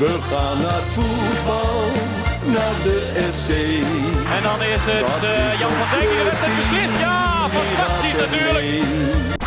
We gaan naar voetbal, naar de FC. En dan is het Jan van Dijk die het beslist. Ja, fantastisch natuurlijk.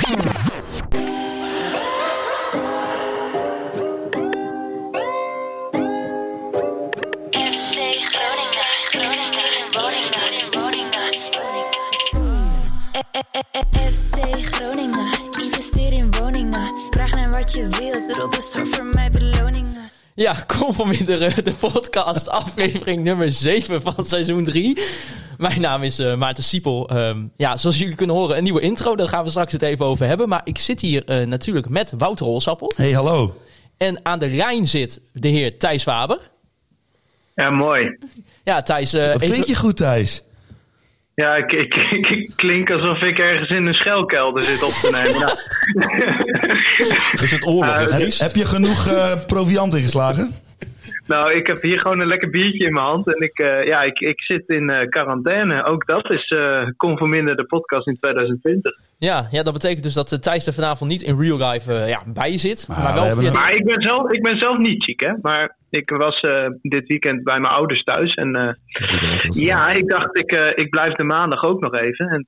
FC Groningen, investeer in woningen. Vraag naar wat je wilt, Rob is toch voor mij beloningen. Ja, kom vanmiddag de podcast, aflevering nummer 7 van seizoen 3. Mijn naam is Maarten Siepel. Zoals jullie kunnen horen, een nieuwe intro. Daar gaan we straks het even over hebben. Maar ik zit hier natuurlijk met Wouter Holsappel. Hey, hallo. En aan de lijn zit de heer Thijs Faber. Ja, mooi. Ja, Thijs... Wat klink je goed, Thijs? Ja, ik klink alsof ik ergens in een schuilkelder zit op te nemen. Nou. Is het oorlog? Heb je genoeg proviant ingeslagen? Nou, ik heb hier gewoon een lekker biertje in mijn hand. En ik zit in quarantaine. Ook dat is Conforminder de podcast in 2020. Ja, dat betekent dus dat Thijs er vanavond niet in real life bij je zit. Maar wel via... Maar ik ben zelf niet ziek, hè. Maar ik was dit weekend bij mijn ouders thuis. En ik dacht, ik blijf de maandag ook nog even. En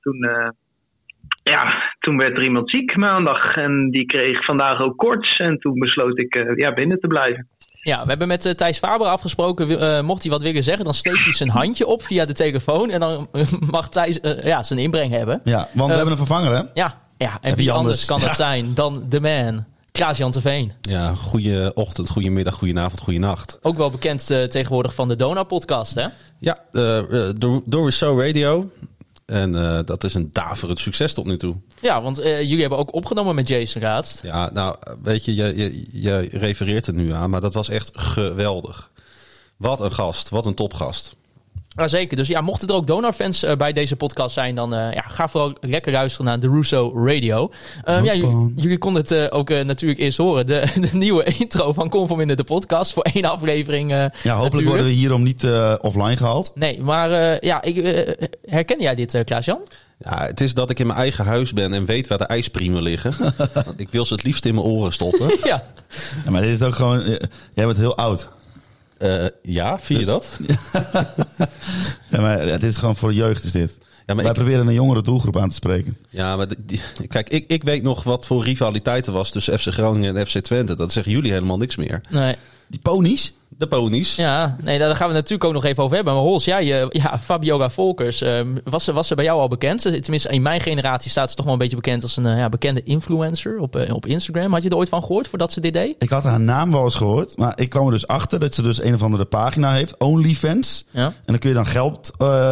toen werd er iemand ziek maandag. En die kreeg vandaag ook koorts. En toen besloot ik binnen te blijven. Ja, we hebben met Thijs Faber afgesproken. Mocht hij wat willen zeggen, dan steekt hij zijn handje op via de telefoon. En dan mag Thijs zijn inbreng hebben. Ja, want we hebben een vervanger, hè? Ja, en wie anders kan dat zijn dan de man, Klaas-Jan Terveen. Ja, goeie ochtend, goeie middag, goeie avond, goeie nacht. Ook wel bekend tegenwoordig van de Donau-podcast, hè? Ja, Door Rousseau Radio. En dat is een daverend succes tot nu toe. Ja, want jullie hebben ook opgenomen met Jason laatst. Ja, nou, weet je, je refereert er nu aan, maar dat was echt geweldig. Wat een gast, wat een topgast. Ja, zeker. Dus ja, mochten er ook Donau-fans bij deze podcast zijn, dan ga vooral lekker luisteren naar de Rousseau Radio. Jullie konden het ook natuurlijk eerst horen. De nieuwe intro van Conforminder de podcast voor 1 aflevering. Hopelijk natuurlijk. worden we hierom niet offline gehaald. Nee, maar herken jij dit, Klaas-Jan? Ja, het is dat ik in mijn eigen huis ben en weet waar de ijspriemen liggen. Ik wil ze het liefst in mijn oren stoppen. Ja, maar dit is ook gewoon... jij bent heel oud. Vind je dat? Ja, maar dit is gewoon voor de jeugd, is dit. Ja, maar wij proberen een jongere doelgroep aan te spreken. Ja, maar kijk, ik weet nog wat voor rivaliteit er was tussen FC Groningen en FC Twente. Dat zeggen jullie helemaal niks meer. nee. Die ponies? De ponies. Ja, nee, daar gaan we natuurlijk ook nog even over hebben. Maar Hols, Fabiola Volkers, was ze bij jou al bekend? Tenminste, in mijn generatie staat ze toch wel een beetje bekend als een bekende influencer op Instagram. Had je er ooit van gehoord voordat ze dit deed? Ik had haar naam wel eens gehoord, maar ik kwam er dus achter dat ze dus een of andere pagina heeft, OnlyFans. Ja. En dan kun je dan geld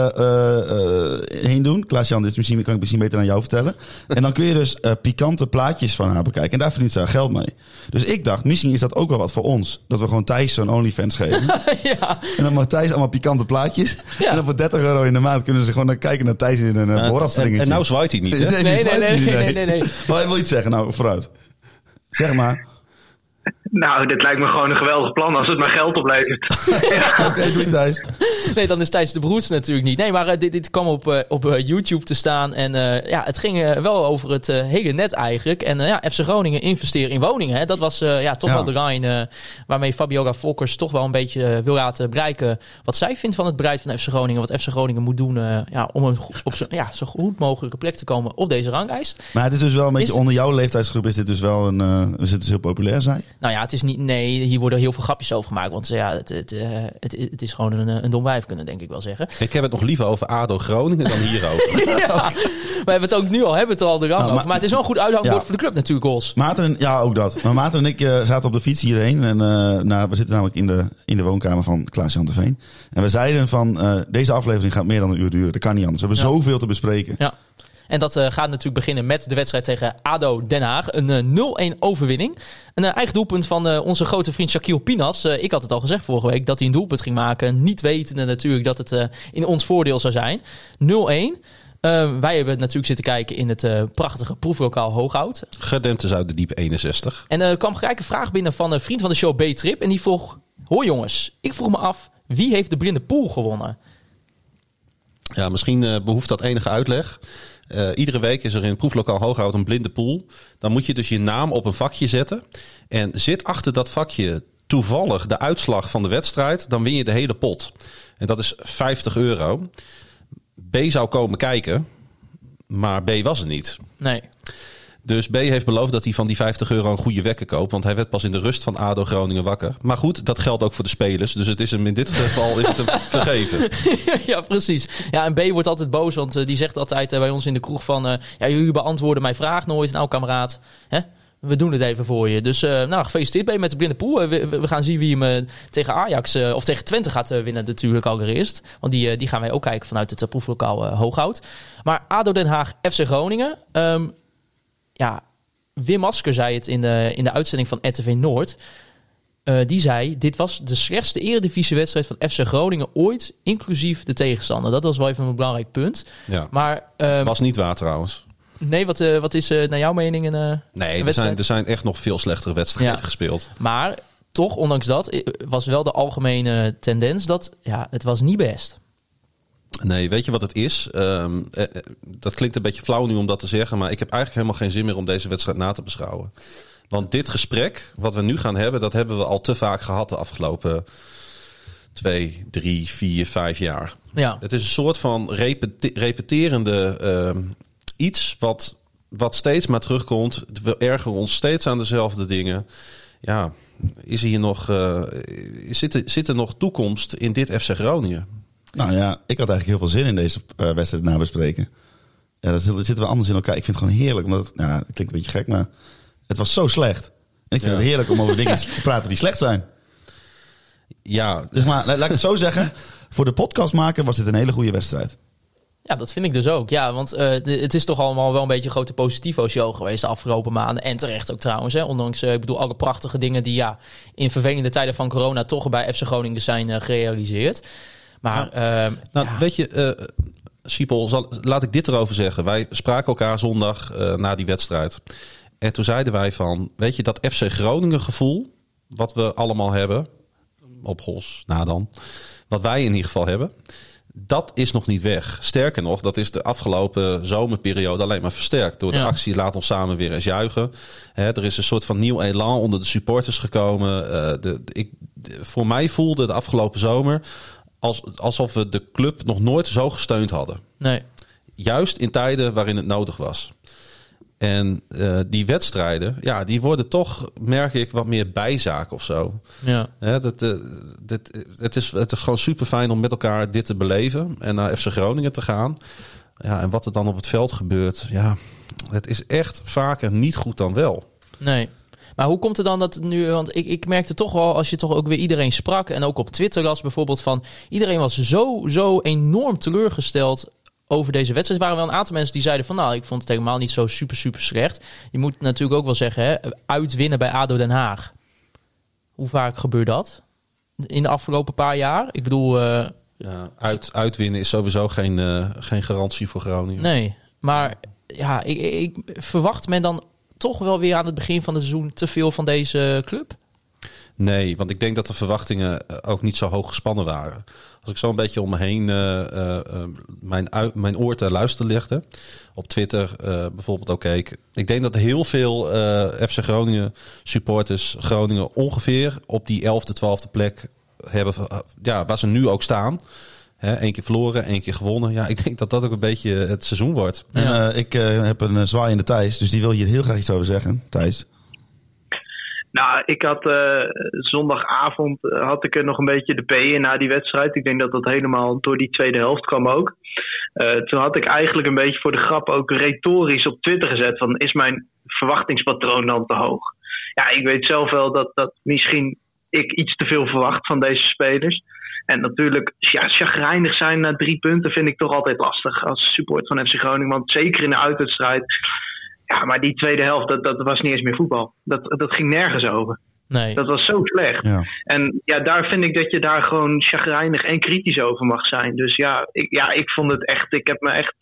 heen doen. Klaas-Jan, dit kan ik misschien beter aan jou vertellen. En dan kun je dus pikante plaatjes van haar bekijken. En daar verdient ze haar geld mee. Dus ik dacht, misschien is dat ook wel wat voor ons. Dat we gewoon Thijs zo'n OnlyFans geven. Ja. En dan mag Thijs allemaal pikante plaatjes. Ja. En dan voor €30 in de maand kunnen ze gewoon naar kijken naar Thijs in een borrelstringetje. En nou zwaait hij niet, hè? Nee. Maar hij wil iets zeggen, nou, vooruit. Zeg maar. Nou, dit lijkt me gewoon een geweldig plan als het maar geld oplevert. Oké, doe je Thijs. Nee, dan is Thijs de broers natuurlijk niet. Nee, maar dit kwam op YouTube te staan. En het ging wel over het hele net eigenlijk. En FC Groningen investeren in woningen. Hè. Dat was wel de line waarmee Fabiola Volkers toch wel een beetje wil laten bereiken wat zij vindt van het beleid van FC Groningen. Wat FC Groningen moet doen om op zo goed mogelijke plek te komen op deze ranglijst. Maar het is dus wel een beetje onder jouw leeftijdsgroep is dit dus wel is het dus heel populair zijn? Nou ja, het is niet. Nee, hier worden heel veel grapjes over gemaakt. Want het is gewoon een dom wijf, kunnen denk ik wel zeggen. Ik heb het nog liever over ADO Groningen dan hierover. Ja, we hebben het al de rang over. Maar het is wel een goed uithangbord voor de club natuurlijk, Hols. Maarten, ja, ook dat. Maar Maarten en ik zaten op de fiets hierheen. En we zitten namelijk in de woonkamer van Klaas-Jan Terveen. En we zeiden van, deze aflevering gaat meer dan een uur duren. Dat kan niet anders. We hebben zoveel te bespreken. Ja. En dat gaat natuurlijk beginnen met de wedstrijd tegen ADO Den Haag. Een 0-1 overwinning. Een eigen doelpunt van onze grote vriend Shaquille Pinas. Ik had het al gezegd vorige week dat hij een doelpunt ging maken. Niet wetende natuurlijk dat het in ons voordeel zou zijn. 0-1. Wij hebben natuurlijk zitten kijken in het prachtige proeflokaal Hooghout. Gedempte Zuiderdiep 61. En er kwam gelijk een vraag binnen van een vriend van de show B-Trip. En die vroeg, hoor jongens, ik vroeg me af, wie heeft de blinde pool gewonnen? Ja, misschien behoeft dat enige uitleg. Iedere week is er in proeflokaal Hooghout een blinde pool. Dan moet je dus je naam op een vakje zetten. En zit achter dat vakje toevallig de uitslag van de wedstrijd, dan win je de hele pot. En dat is €50. B zou komen kijken, maar B was er niet. Nee. Dus B heeft beloofd dat hij van die €50 een goede wekker koopt. Want hij werd pas in de rust van ADO Groningen wakker. Maar goed, dat geldt ook voor de spelers. Dus het is hem in dit geval is het hem vergeven. Ja, precies. Ja, en B wordt altijd boos. Want die zegt altijd bij ons in de kroeg van... jullie beantwoorden mijn vraag nooit. Nou, kameraad, hè? We doen het even voor je. Dus gefeliciteerd B met de blinde pool. We gaan zien wie hem tegen Ajax of tegen Twente gaat winnen natuurlijk allereerst. Want die gaan wij ook kijken vanuit het proeflokaal Hooghout. Maar ADO Den Haag, FC Groningen... Wim Masker zei het in de uitzending van RTV Noord. Die zei, dit was de slechtste eredivisiewedstrijd van FC Groningen ooit, inclusief de tegenstander. Dat was wel even een belangrijk punt. Ja. Maar was niet waar trouwens. Nee, wat is naar jouw mening een er zijn echt nog veel slechtere wedstrijden gespeeld. Maar toch, ondanks dat, was wel de algemene tendens dat het was niet best. Nee, weet je wat het is? Dat klinkt een beetje flauw nu om dat te zeggen, maar ik heb eigenlijk helemaal geen zin meer om deze wedstrijd na te beschouwen. Want dit gesprek, wat we nu gaan hebben, dat hebben we al te vaak gehad de afgelopen 2, 3, 4, 5 jaar. Ja. Het is een soort van repeterende iets wat steeds maar terugkomt. We ergeren ons steeds aan dezelfde dingen. Ja, is hier nog, zit er nog toekomst in dit FC Groningen? Nou ja, ik had eigenlijk heel veel zin in deze wedstrijd nabespreken. Ja, dan zitten we anders in elkaar. Ik vind het gewoon heerlijk, omdat het klinkt een beetje gek, maar het was zo slecht. En ik vind het heerlijk om over dingen te praten die slecht zijn. Ja. Dus maar, laat ik het zo zeggen. Voor de podcastmaker was dit een hele goede wedstrijd. Ja, dat vind ik dus ook. Ja, want het is toch allemaal wel een beetje een grote positivo-show geweest de afgelopen maanden. En terecht ook trouwens. Hè. Ondanks, alle prachtige dingen die in vervelende tijden van corona toch bij FC Groningen zijn gerealiseerd. Maar, weet je, Siepel, laat ik dit erover zeggen. Wij spraken elkaar zondag na die wedstrijd. En toen zeiden wij van, weet je, dat FC Groningen gevoel, wat we allemaal hebben, op Hos, dan, wat wij in ieder geval hebben, dat is nog niet weg. Sterker nog, dat is de afgelopen zomerperiode alleen maar versterkt. Door de actie Laat ons samen weer eens juichen. Er is een soort van nieuw elan onder de supporters gekomen. Voor mij voelde de afgelopen zomer alsof we de club nog nooit zo gesteund hadden. Nee. Juist in tijden waarin het nodig was. En die wedstrijden, die worden toch, merk ik, wat meer bijzaak of zo. Ja. Het is gewoon super fijn om met elkaar dit te beleven en naar FC Groningen te gaan. Ja, en wat er dan op het veld gebeurt, het is echt vaker niet goed dan wel. Nee. Maar hoe komt het dan dat het nu... Want ik merkte toch wel, als je toch ook weer iedereen sprak... en ook op Twitter las bijvoorbeeld van... iedereen was zo enorm teleurgesteld over deze wedstrijd. Er waren wel een aantal mensen die zeiden van... ik vond het helemaal niet zo super slecht. Je moet natuurlijk ook wel zeggen, uitwinnen bij ADO Den Haag. Hoe vaak gebeurt dat in de afgelopen paar jaar? Ik bedoel... uitwinnen is sowieso geen garantie voor Groningen. Nee, maar ik verwacht men dan... toch wel weer aan het begin van het seizoen te veel van deze club? Nee, want ik denk dat de verwachtingen ook niet zo hoog gespannen waren. Als ik zo een beetje om me heen mijn oor te luisteren legde, op Twitter bijvoorbeeld ook keek. Ik denk dat heel veel FC Groningen supporters Groningen ongeveer op die 11e, 12e plek hebben, waar ze nu ook staan. 1 keer verloren, 1 keer gewonnen. Ja, ik denk dat dat ook een beetje het seizoen wordt. En ik heb een zwaaiende Thijs, dus die wil hier heel graag iets over zeggen. Thijs? Nou, ik had zondagavond had ik er nog een beetje de P in na die wedstrijd. Ik denk dat dat helemaal door die tweede helft kwam ook. Toen had ik eigenlijk een beetje voor de grap ook retorisch op Twitter gezet van, is mijn verwachtingspatroon dan te hoog? Ja, ik weet zelf wel dat misschien ik iets te veel verwacht van deze spelers. En natuurlijk, chagrijnig zijn na 3 punten vind ik toch altijd lastig als support van FC Groningen. Want zeker in de uitwedstrijd. Ja, maar die tweede helft, dat was niet eens meer voetbal. Dat ging nergens over. Nee. Dat was zo slecht. Ja. En daar vind ik dat je daar gewoon chagrijnig en kritisch over mag zijn. Dus ik vond het echt, ik heb me echt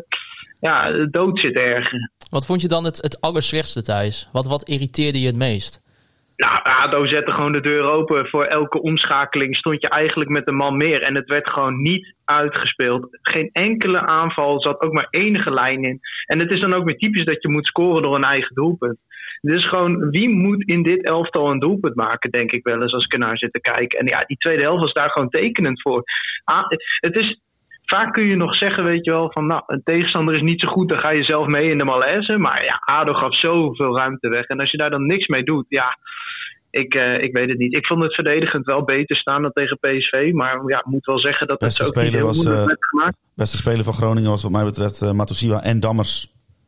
dood zitten ergeren. Wat vond je dan het allerslechtste, Thijs? Wat irriteerde je het meest? Nou, ADO zette gewoon de deur open. Voor elke omschakeling stond je eigenlijk met een man meer. En het werd gewoon niet uitgespeeld. Geen enkele aanval zat ook maar enige lijn in. En het is dan ook weer typisch dat je moet scoren door een eigen doelpunt. Dus gewoon, wie moet in dit elftal een doelpunt maken, denk ik wel eens als ik ernaar zit te kijken. En ja, die tweede helft was daar gewoon tekenend voor. Het is... Vaak kun je nog zeggen, weet je wel, van nou, een tegenstander is niet zo goed, dan ga je zelf mee in de malaise. Maar ja, ADO gaf zoveel ruimte weg. En als je daar dan niks mee doet, ja, ik weet het niet. Ik vond het verdedigend wel beter staan dan tegen PSV. Maar ja, ik moet wel zeggen dat het ook niet heel moeilijk werd gemaakt. Beste speler van Groningen was wat mij betreft Matusiwa en Dammers.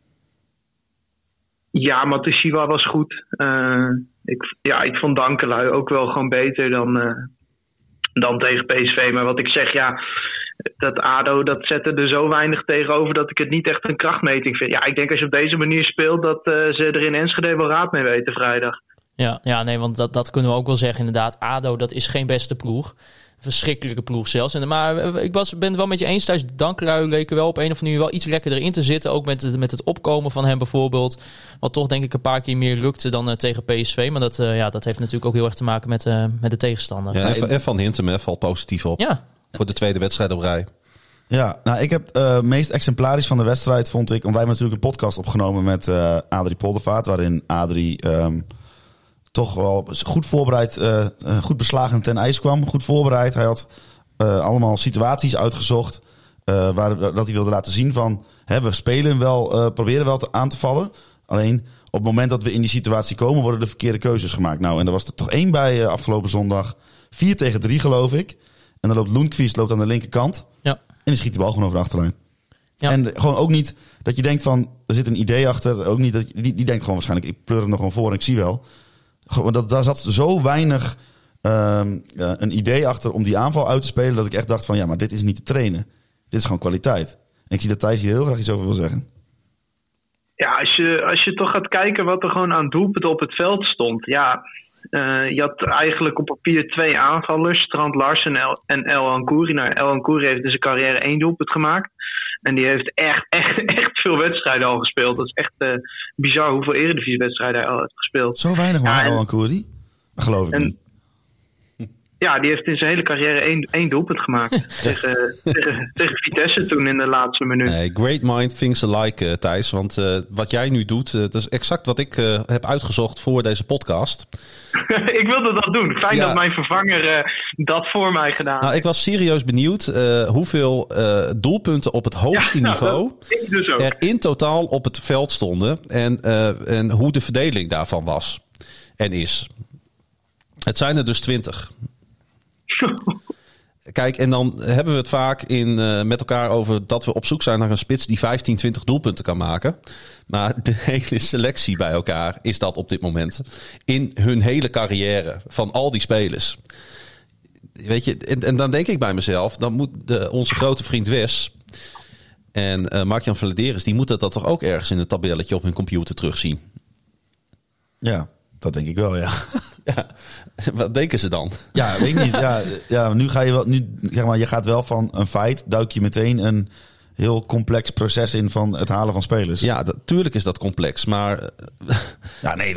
Ja, Matusiwa was goed. Ik vond Dankelui ook wel gewoon beter dan tegen PSV. Maar wat ik zeg, ja... Dat ADO, dat zette er zo weinig tegenover dat ik het niet echt een krachtmeting vind. Ja, ik denk als je op deze manier speelt dat ze er in Enschede wel raad mee weten vrijdag. Ja, nee, want dat kunnen we ook wel zeggen inderdaad. ADO, dat is geen beste ploeg. Verschrikkelijke ploeg zelfs. Maar ik ben het wel met je eens thuis. Dankelui leken wel op een of andere manier wel iets lekkerder in te zitten. Ook met het opkomen van hem bijvoorbeeld. Wat toch denk ik een paar keer meer lukte dan tegen PSV. Maar dat heeft natuurlijk ook heel erg te maken met de tegenstander. Ja, en Van Hintem valt positief op. Ja. Voor de tweede wedstrijd op rij. Ja, nou ik heb meest exemplarisch van de wedstrijd vond ik... Want wij hebben natuurlijk een podcast opgenomen met Adrie Poldervaart... waarin Adrie toch wel goed voorbereid, goed beslagen ten ijs kwam. Goed voorbereid. Hij had allemaal situaties uitgezocht... dat hij wilde laten zien van... we spelen wel, proberen wel aan te vallen. Alleen op het moment dat we in die situatie komen... worden de verkeerde keuzes gemaakt. Nou, en er was er toch 1 bij afgelopen zondag. 4-3 geloof ik... En dan loopt Lundqvist aan de linkerkant. Ja. En die schiet de bal gewoon over de achterlijn. Ja. En gewoon ook niet dat je denkt van... Er zit een idee achter. Ook niet dat die denkt gewoon waarschijnlijk... Ik pleur hem nog gewoon voor en ik zie wel. Gewoon daar zat zo weinig een idee achter om die aanval uit te spelen... dat ik echt dacht van ja, maar dit is niet te trainen. Dit is gewoon kwaliteit. En ik zie dat Thijs hier heel graag iets over wil zeggen. Ja, als je toch gaat kijken wat er gewoon aan doelpunten op het veld stond... Ja... je had eigenlijk op papier 2 aanvallers, Strand Larsen en El Ankouri. Nou, El Ankouri heeft in zijn carrière 1 doelpunt gemaakt. En die heeft echt veel wedstrijden al gespeeld. Dat is echt bizar hoeveel Eredivisie-wedstrijden hij al heeft gespeeld. Zo weinig maar, El Ankouri? Dat geloof ik niet. Ja, die heeft in zijn hele carrière 1 doelpunt gemaakt. tegen Vitesse toen in de laatste minuut. Nee, great mind thinks alike, Thijs. Want wat jij nu doet, dat is exact wat ik heb uitgezocht voor deze podcast. Ik wilde dat doen. Fijn dat mijn vervanger dat voor mij gedaan heeft. Nou, ik was serieus benieuwd hoeveel doelpunten op het hoogste niveau dus ook. er in totaal op het veld stonden. En hoe de verdeling daarvan was en is. Het zijn er dus 20. Kijk, en dan hebben we het vaak met elkaar over dat we op zoek zijn naar een spits die 15, 20 doelpunten kan maken. Maar de hele selectie bij elkaar is dat op dit moment. In hun hele carrière van al die spelers. Weet je, en dan denk ik bij mezelf, dan moet onze grote vriend Wes en Mark-Jan Vladeris, die moeten dat toch ook ergens in het tabelletje op hun computer terugzien. Ja, dat denk ik wel, ja. Ja, wat denken ze dan? Ja, weet ik niet. Ja, nu ga je wel, je gaat wel van een feit, duik je meteen een heel complex proces in van het halen van spelers. Ja, tuurlijk is dat complex, maar ja, nee,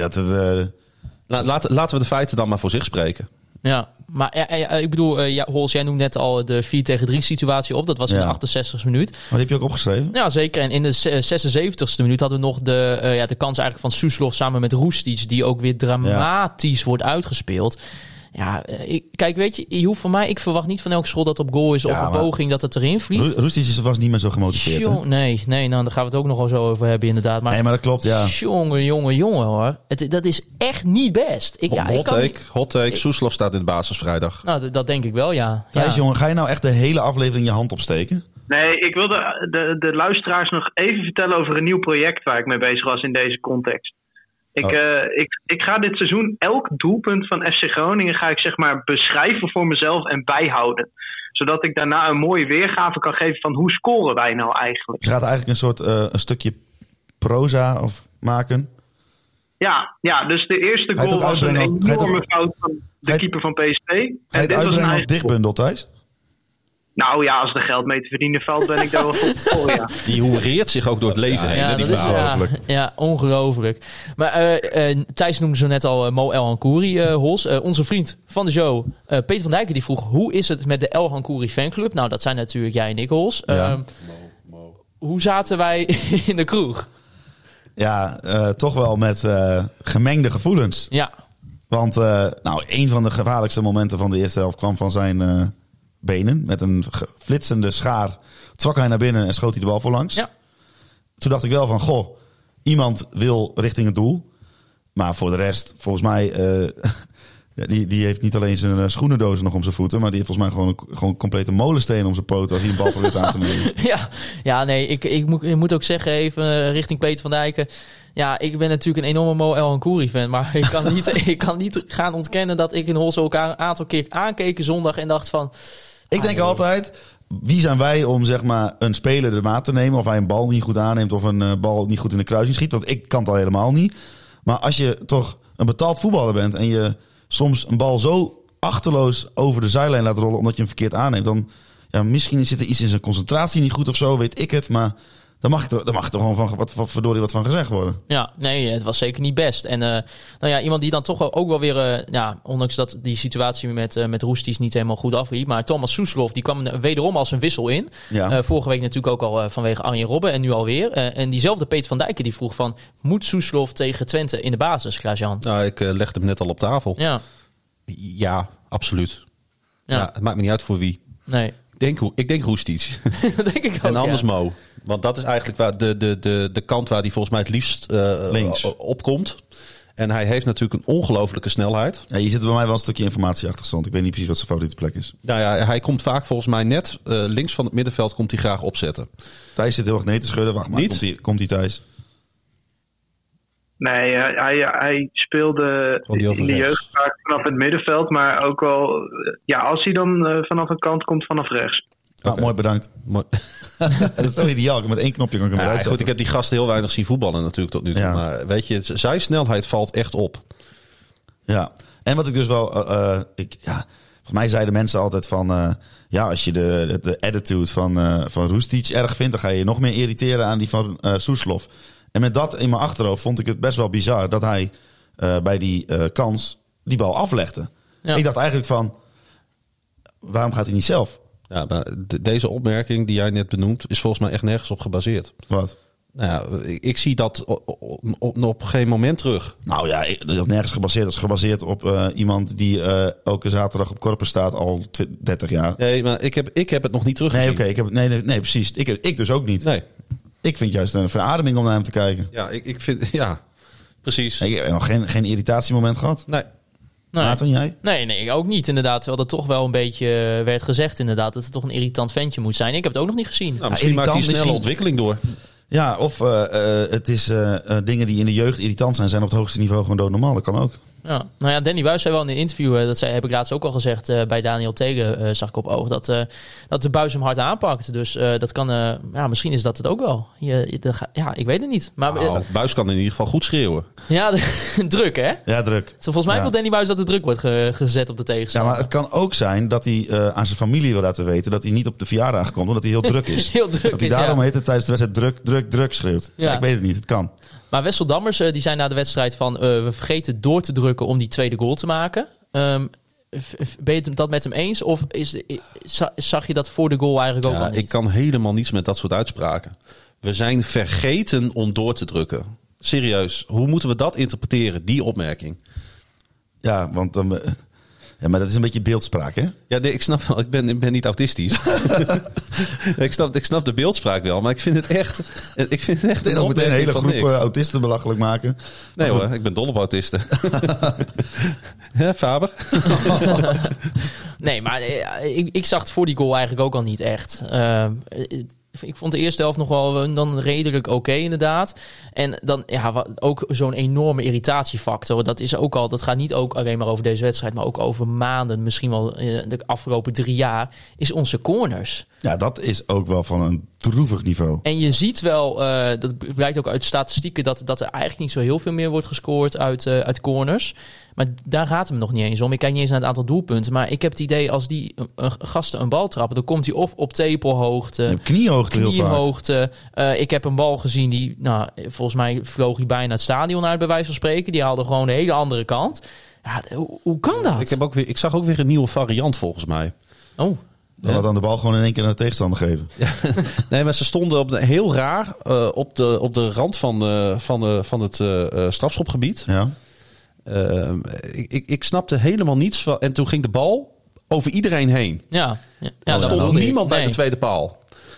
laten we de feiten dan maar voor zich spreken. Ja, maar ik bedoel, Hols, jij noemt net al de 4-3 situatie op. Dat was in de 68e minuut. Maar die heb je ook opgeschreven? Ja, zeker. En in de 76e minuut hadden we nog de kans eigenlijk van Soeslof samen met Roestic, die ook weer dramatisch wordt uitgespeeld. Ja, kijk, weet je, ik verwacht niet van elke school dat op goal is of een poging dat het erin vliegt. Roestic was niet meer zo gemotiveerd. Nee, nou, daar gaan we het ook nog wel zo over hebben inderdaad. Maar, nee, maar dat klopt, ja. Jongen hoor. Dat is echt niet best. Hot take. Soeslof staat in de basis vrijdag. Nou, dat denk ik wel, ja. Thijs, jongen, ga je nou echt de hele aflevering je hand opsteken? Nee, ik wilde de luisteraars nog even vertellen over een nieuw project waar ik mee bezig was in deze context. Ik ga dit seizoen elk doelpunt van FC Groningen ga ik zeg maar beschrijven voor mezelf en bijhouden. Zodat ik daarna een mooie weergave kan geven van hoe scoren wij nou eigenlijk. Je gaat eigenlijk een soort een stukje proza maken. Ja, dus de eerste goal was een enorme fout van de keeper van PSV. Ga je het uitbrengen als dichtbundel, Thijs? Nou ja, als er geld mee te verdienen valt, ben ik daar wel voor, ja. Die hoereert zich ook door het leven heen. Die ongelooflijk. Ja, ongelooflijk. Maar Thijs noemde zo net al Mo El Ankouri, Hols. Onze vriend van de show, Peter van Dijken, die vroeg... hoe is het met de El Ankouri fanclub? Nou, dat zijn natuurlijk jij en ik, Hols. Hoe zaten wij in de kroeg? toch wel met gemengde gevoelens. Ja. Want een van de gevaarlijkste momenten van de eerste helft kwam van zijn benen. Met een flitsende schaar trok hij naar binnen en schoot hij de bal voorlangs. Ja. Toen dacht ik wel van, iemand wil richting het doel. Maar voor de rest, volgens mij... Die heeft niet alleen zijn schoenendozen nog om zijn voeten, maar die heeft volgens mij gewoon complete molensteen om zijn poten als hij een bal probeert aan te nemen. Ja, nee, ik moet ook zeggen even richting Peter van Dijken. Ja, ik ben natuurlijk een enorme Mo El Ancoury fan, maar ik kan niet gaan ontkennen dat ik in Holse elkaar een aantal keer aankeken zondag en dacht van... Ik denk altijd, wie zijn wij om zeg maar een speler de maat te nemen of hij een bal niet goed aanneemt of een bal niet goed in de kruising schiet, want ik kan het al helemaal niet. Maar als je toch een betaald voetballer bent en je soms een bal zo achterloos over de zijlijn laat rollen omdat je hem verkeerd aanneemt, dan misschien zit er iets in zijn concentratie niet goed of zo, weet ik het. Maar dan mag er gewoon van wat van gezegd worden. Ja, nee, het was zeker niet best. En iemand die dan toch ook wel weer, ondanks dat die situatie met Roestic niet helemaal goed afliep, maar Thomas Soeslof, die kwam wederom als een wissel in. Ja. Vorige week natuurlijk ook al vanwege Arjen Robben en nu alweer. En diezelfde Peter van Dijken die vroeg van, moet Soeslof tegen Twente in de basis, Klaas-Jan? Nou, ik legde hem net al op tafel. Ja, absoluut. Ja, het maakt me niet uit voor wie. Nee. Ik denk Roestic. Dat denk ik ook, en anders Mo. Want dat is eigenlijk waar de kant waar hij volgens mij het liefst opkomt. En hij heeft natuurlijk een ongelofelijke snelheid. Ja, hier zit bij mij wel een stukje informatie achter stond. Ik weet niet precies wat zijn favoriete plek is. Nou ja, hij komt vaak volgens mij net links van het middenveld komt hij graag opzetten. Thijs zit heel erg nee te schudden. Wacht maar, komt hij Thijs? Nee, hij speelde in de jeugd vaak vanaf het middenveld. Maar ook wel, als hij dan vanaf een kant komt, vanaf rechts. Okay. Mooi, bedankt. Dat is zo ideaal. Met één knopje kan ik hem eruit zetten. Goed, ik heb die gasten heel weinig zien voetballen natuurlijk tot nu toe. Ja. Maar weet je, zijn snelheid valt echt op. Ja, en wat ik dus wel... volgens mij zeiden mensen altijd van... als je de attitude van Roestic erg vindt, dan ga je je nog meer irriteren aan die van Soeslof. En met dat in mijn achterhoofd vond ik het best wel bizar dat hij bij die kans die bal aflegde. Ja. Ik dacht eigenlijk van, waarom gaat hij niet zelf? Ja, maar deze opmerking die jij net benoemt is volgens mij echt nergens op gebaseerd. Wat? Nou ja, ik zie dat op geen moment terug. Nou ja, dat is nergens gebaseerd. Dat is gebaseerd op iemand die elke zaterdag op Korpen staat al 30 jaar. Nee, maar ik heb het nog niet teruggezien. Nee, precies. Ik dus ook niet. Nee. Ik vind juist een verademing om naar hem te kijken. Ja, ik vind... Ja, precies. Ik heb nog geen irritatiemoment gehad. Nee. Maarten, jij? Nee, ook niet inderdaad. Terwijl dat toch wel een beetje werd gezegd inderdaad. Dat het toch een irritant ventje moet zijn. Ik heb het ook nog niet gezien. Nou, misschien maakt hij een snelle ontwikkeling door. Ja, of het is dingen die in de jeugd irritant zijn op het hoogste niveau gewoon doodnormaal. Dat kan ook. Ja. Nou ja, Danny Buijs zei wel in een interview, heb ik laatst ook al gezegd bij Daniel Tegen, zag ik op oog, dat de Buijs hem hard aanpakt. Dus dat kan, misschien is dat het ook wel. Ik weet het niet. Maar Buijs kan in ieder geval goed schreeuwen. Ja, druk hè? Ja, druk. Volgens mij wil Danny Buijs dat de druk wordt gezet op de tegenstander. Ja, maar het kan ook zijn dat hij aan zijn familie wil laten weten dat hij niet op de verjaardag komt, omdat hij heel druk is. Heel druk dat hij daarom heet het tijdens de wedstrijd druk schreeuwt. Ja. Ik weet het niet, het kan. Maar Wessel Dammers, die zei na de wedstrijd van we vergeten door te drukken om die tweede goal te maken. Ben je het dat met hem eens? Of zag je dat voor de goal eigenlijk ook al niet? Ik kan helemaal niets met dat soort uitspraken. We zijn vergeten om door te drukken. Serieus, hoe moeten we dat interpreteren, die opmerking? Ja, want dan... Ja, maar dat is een beetje beeldspraak, hè? Ja, nee, ik snap wel. Ik ben niet autistisch. ik snap de beeldspraak wel, maar ik vind het echt... Ik vind het echt een meteen een hele groep autisten belachelijk maken. Nee hoor, ik ben dol op autisten. Ja, Faber? Nee, maar ik zag het voor die goal eigenlijk ook al niet echt. Ik vond de eerste helft nog wel dan redelijk oké, inderdaad. En dan ook zo'n enorme irritatiefactor. Dat gaat niet ook alleen maar over deze wedstrijd, maar ook over maanden, misschien wel de afgelopen 3 jaar, is onze corners. Ja, dat is ook wel van een droevig niveau. En je ziet wel, dat blijkt ook uit statistieken, dat er eigenlijk niet zo heel veel meer wordt gescoord uit corners. Maar daar gaat het me nog niet eens om. Ik kijk niet eens naar het aantal doelpunten. Maar ik heb het idee, als die gasten een bal trappen, dan komt hij of op tepelhoogte, kniehoogte. Ik heb een bal gezien die, volgens mij vloog hij bijna het stadion uit, bij wijze van spreken. Die haalde gewoon de hele andere kant. Ja, hoe kan dat? Ik zag ook weer een nieuwe variant volgens mij. Oh. Dan had dan de bal gewoon in één keer naar de tegenstander geven. Ja. Nee, maar ze stonden heel raar op de rand van het strafschopgebied. Ja. Ik snapte helemaal niets van. En toen ging de bal over iedereen heen. Ja, Er stond niemand bij de tweede paal.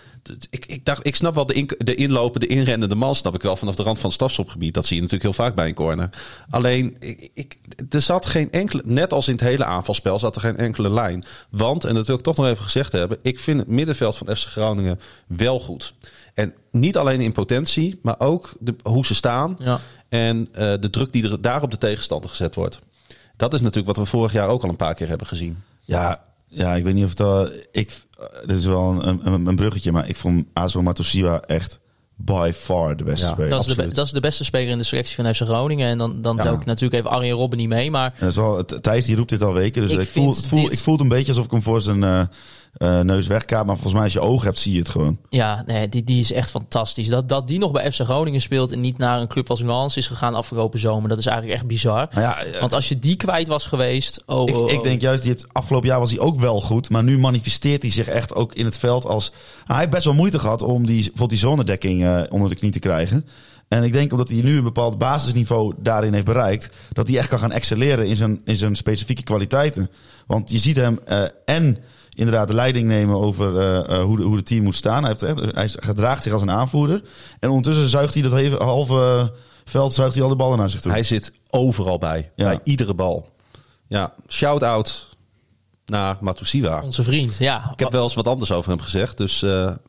Ik snap wel de inlopen, de inrennende man snap ik wel vanaf de rand van het strafschopgebied. Dat zie je natuurlijk heel vaak bij een corner. Alleen, er zat geen enkele, net als in het hele aanvalspel, zat er geen enkele lijn. Want, en dat wil ik toch nog even gezegd hebben, ik vind het middenveld van FC Groningen wel goed. En niet alleen in potentie, maar ook hoe ze staan. Ja. En de druk die er daar op de tegenstander gezet wordt. Dat is natuurlijk wat we vorig jaar ook al een paar keer hebben gezien. Ja, ik weet niet of het... dit is wel een bruggetje, maar ik vond Azo Matosiwa echt by far de beste speler. Dat is de beste speler in de selectie van FC Groningen. En dan zou ik natuurlijk even Arjen Robben niet mee. Maar dat is wel, Thijs die roept dit al weken. Dus ik voel het een beetje alsof ik hem voor zijn neus wegkaap. Maar volgens mij als je ogen hebt, zie je het gewoon. Ja, nee, die is echt fantastisch. Dat die nog bij FC Groningen speelt en niet naar een club als Lens is gegaan afgelopen zomer. Dat is eigenlijk echt bizar. Want als je die kwijt was geweest... Ik denk juist, het afgelopen jaar was hij ook wel goed. Maar nu manifesteert hij zich echt ook in het veld als... hij heeft best wel moeite gehad om bijvoorbeeld die zonedekking onder de knie te krijgen. En ik denk omdat hij nu een bepaald basisniveau daarin heeft bereikt, dat hij echt kan gaan excelleren in zijn specifieke kwaliteiten. Want je ziet hem inderdaad de leiding nemen over hoe de team moet staan. Hij gedraagt zich als een aanvoerder. En ondertussen zuigt hij dat halve veld al de ballen naar zich toe. Hij zit overal bij iedere bal. Ja, shout-out naar Matosiwa. Onze vriend, ja. Ik heb wel eens wat anders over hem gezegd. Dus,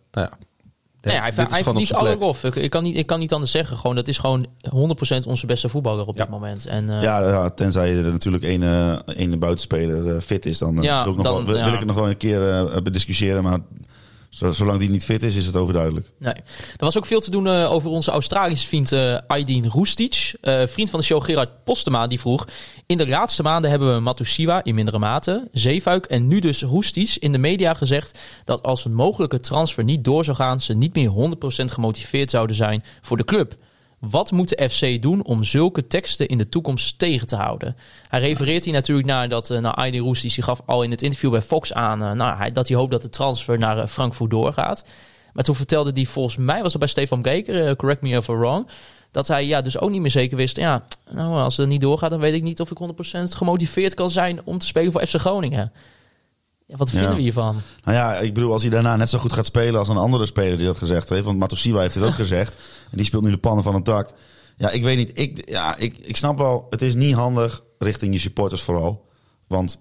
hij verliest alle rof. Ik kan niet anders zeggen. Gewoon, dat is gewoon 100% onze beste voetballer op dit moment. En, tenzij er natuurlijk één buitenspeler fit is. Dan, wil ik het nog wel een keer bediscussiëren. Maar zolang die niet fit is het overduidelijk. Nee. Er was ook veel te doen over onze Australische vriend Aydin Roestic. Vriend van de show Gerard Postema die vroeg... In de laatste maanden hebben we Matosiwa in mindere mate, Zeefuik en nu dus Roestic in de media gezegd... dat als een mogelijke transfer niet door zou gaan... ze niet meer 100% gemotiveerd zouden zijn voor de club. Wat moet de FC doen om zulke teksten in de toekomst tegen te houden? Hij refereert hier natuurlijk naar dat Aydin Roestic die gaf al in het interview bij Fox aan... dat hij hoopt dat de transfer naar Frankfurt doorgaat. Maar toen vertelde hij, volgens mij was dat bij Stefan Breker, correct me if I'm wrong... dat hij dus ook niet meer zeker wist... als het niet doorgaat, dan weet ik niet of ik 100% gemotiveerd kan zijn... om te spelen voor FC Groningen. Ja, wat vinden we hiervan? Nou ja, ik bedoel, als hij daarna net zo goed gaat spelen als een andere speler die dat gezegd heeft. Want Matosiwa heeft het ook gezegd. En die speelt nu de pannen van het dak. Ja, ik weet niet. Ik snap wel, het is niet handig richting je supporters vooral. Want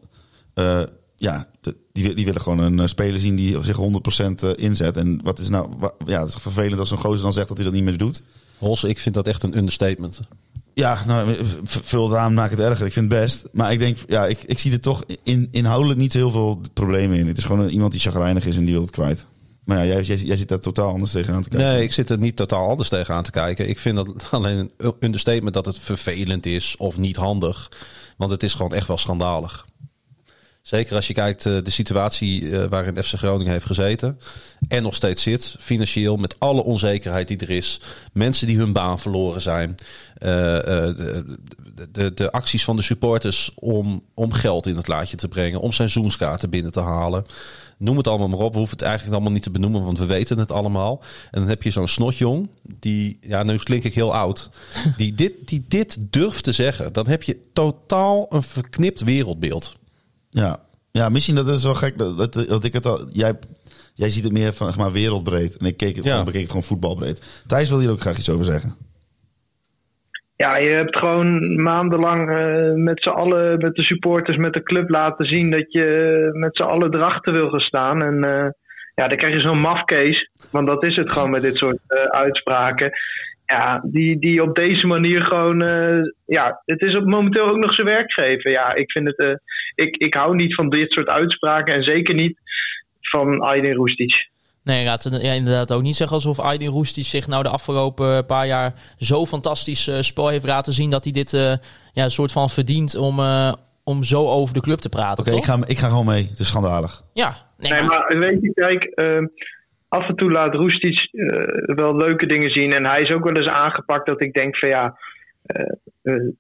die willen gewoon een speler zien die zich 100% inzet. En wat is nou... het is vervelend als een gozer dan zegt dat hij dat niet meer doet. Hols, ik vind dat echt een understatement. Ja, vul het aan, maak het erger. Ik vind het best. Maar ik denk, ik zie er toch inhoudelijk niet heel veel problemen in. Het is gewoon iemand die chagrijnig is en die wil het kwijt. Maar ja, jij zit daar totaal anders tegenaan te kijken. Nee, ik zit er niet totaal anders tegenaan te kijken. Ik vind dat alleen een understatement dat het vervelend is of niet handig. Want het is gewoon echt wel schandalig. Zeker als je kijkt de situatie waarin FC Groningen heeft gezeten. En nog steeds zit. Financieel met alle onzekerheid die er is. Mensen die hun baan verloren zijn. De acties van de supporters om geld in het laadje te brengen. Om seizoenskaarten binnen te halen. Noem het allemaal maar op. We hoeven het eigenlijk allemaal niet te benoemen. Want we weten het allemaal. En dan heb je zo'n snotjong. Die, nu klink ik heel oud. Die dit durft te zeggen. Dan heb je totaal een verknipt wereldbeeld. Ja, misschien dat is wel gek dat ik het al... Jij ziet het meer van maar wereldbreed. En ik bekeek het gewoon voetbalbreed. Thijs wil hier ook graag iets over zeggen. Ja, je hebt gewoon maandenlang met z'n allen, met de supporters, met de club laten zien dat je met z'n allen erachter wil gaan staan. En dan krijg je zo'n mafkees. Want dat is het gewoon met dit soort uitspraken. Ja, die op deze manier gewoon... het is momenteel ook nog zijn werkgever. Ja, ik vind het... Ik hou niet van dit soort uitspraken. En zeker niet van Aydin Roestic. Nee, inderdaad ook niet zeggen alsof Aydin Roestic zich nou de afgelopen paar jaar zo fantastisch spel heeft laten zien dat hij dit een soort van verdient om zo over de club te praten. Oké, ik ga gewoon mee. Het is schandalig. Ja. Nee, maar weet je, kijk... af en toe laat Roestic wel leuke dingen zien. En hij is ook wel eens aangepakt dat ik denk van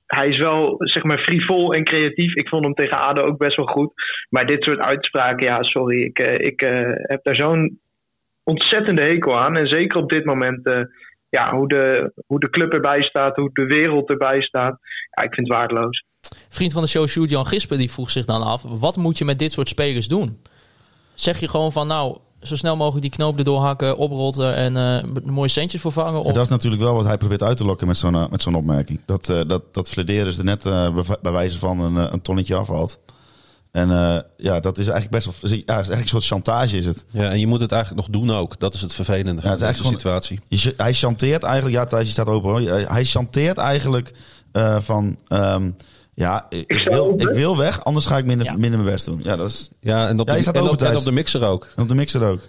hij is wel, zeg maar, frivol en creatief. Ik vond hem tegen ADO ook best wel goed. Maar dit soort uitspraken, ja, sorry. Ik heb daar zo'n ontzettende hekel aan. En zeker op dit moment, hoe de club erbij staat, hoe de wereld erbij staat. Ja, ik vind het waardeloos. Vriend van de show, Sjoerd-Jan Gispen, die vroeg zich dan af, wat moet je met dit soort spelers doen? Zeg je gewoon van, nou, zo snel mogelijk die knoop erdoor hakken, oprotten en mooie centjes vervangen? Of? Ja, dat is natuurlijk wel wat hij probeert uit te lokken met zo'n opmerking. Dat Flederis er net bij wijze van een tonnetje afvalt. En dat is eigenlijk best wel... Ja, is eigenlijk een soort chantage is het. Ja, en je moet het eigenlijk nog doen ook. Dat is het vervelende van deze situatie. Hij chanteert eigenlijk... Ja, Thijs, je staat open hoor. Hij chanteert eigenlijk ik wil weg, anders ga ik minder mijn best doen. Ja, dat is... Ja, en op de mixer ook. En op de mixer ook.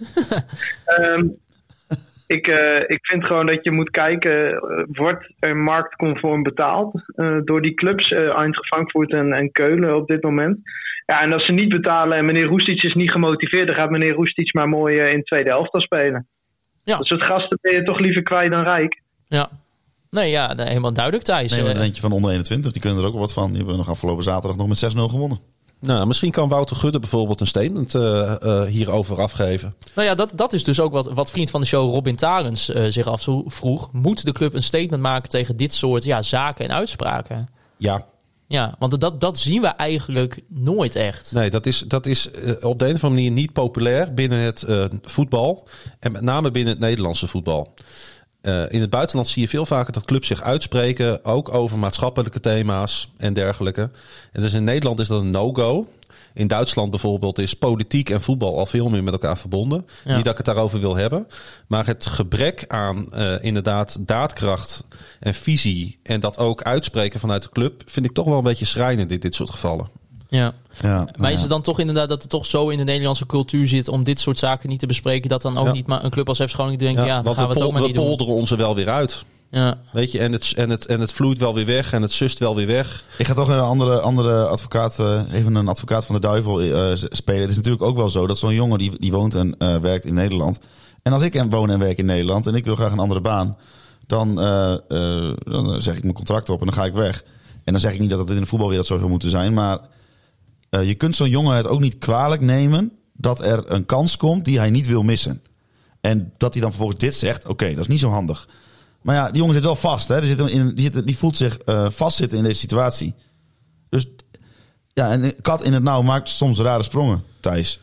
Ik vind gewoon dat je moet kijken, wordt er marktconform betaald door die clubs, Eintracht Frankfurt en Keulen op dit moment. Ja, en als ze niet betalen en meneer Roestic is niet gemotiveerd, dan gaat meneer Roestic maar mooi in de tweede helft al spelen. Ja. Dat soort gasten ben je toch liever kwijt dan rijk. Ja. Nee, ja, helemaal duidelijk, Thijs. Nee, maar er eentje van onder 21, die kunnen er ook wel wat van. Die hebben nog afgelopen zaterdag nog met 6-0 gewonnen. Nou, misschien kan Wouter Gudde bijvoorbeeld een statement hierover afgeven. Nou ja, dat is dus ook wat vriend van de show Robin Tarens zich afvroeg. Moet de club een statement maken tegen dit soort zaken en uitspraken? Ja. Ja, want dat zien we eigenlijk nooit echt. Nee, dat is op de een of andere manier niet populair binnen het voetbal. En met name binnen het Nederlandse voetbal. In het buitenland zie je veel vaker dat clubs zich uitspreken, ook over maatschappelijke thema's en dergelijke. En dus in Nederland is dat een no-go. In Duitsland bijvoorbeeld is politiek en voetbal al veel meer met elkaar verbonden. Ja. Niet dat ik het daarover wil hebben. Maar het gebrek aan inderdaad daadkracht en visie en dat ook uitspreken vanuit de club vind ik toch wel een beetje schrijnend in dit soort gevallen. Ja. Maar is het dan toch inderdaad dat het toch zo in de Nederlandse cultuur zit om dit soort zaken niet te bespreken, dat dan ook niet maar een club als FC Groningen denkt, dan gaan we het ook maar niet doen. We polderen ons er wel weer uit. Ja. Weet je, en het vloeit wel weer weg en het sust wel weer weg. Ik ga toch een andere advocaat, even een advocaat van de duivel spelen. Het is natuurlijk ook wel zo dat zo'n jongen die woont en werkt in Nederland. En als ik woon en werk in Nederland en ik wil graag een andere baan, dan zeg ik mijn contract op en dan ga ik weg. En dan zeg ik niet dat het in de voetbalwereld zo zou moeten zijn, maar je kunt zo'n jongen het ook niet kwalijk nemen dat er een kans komt die hij niet wil missen. En dat hij dan vervolgens dit zegt, oké, dat is niet zo handig. Maar ja, die jongen zit wel vast. Hè? Die voelt zich vastzitten in deze situatie. Dus ja, en kat in het nauw maakt soms rare sprongen, Thijs.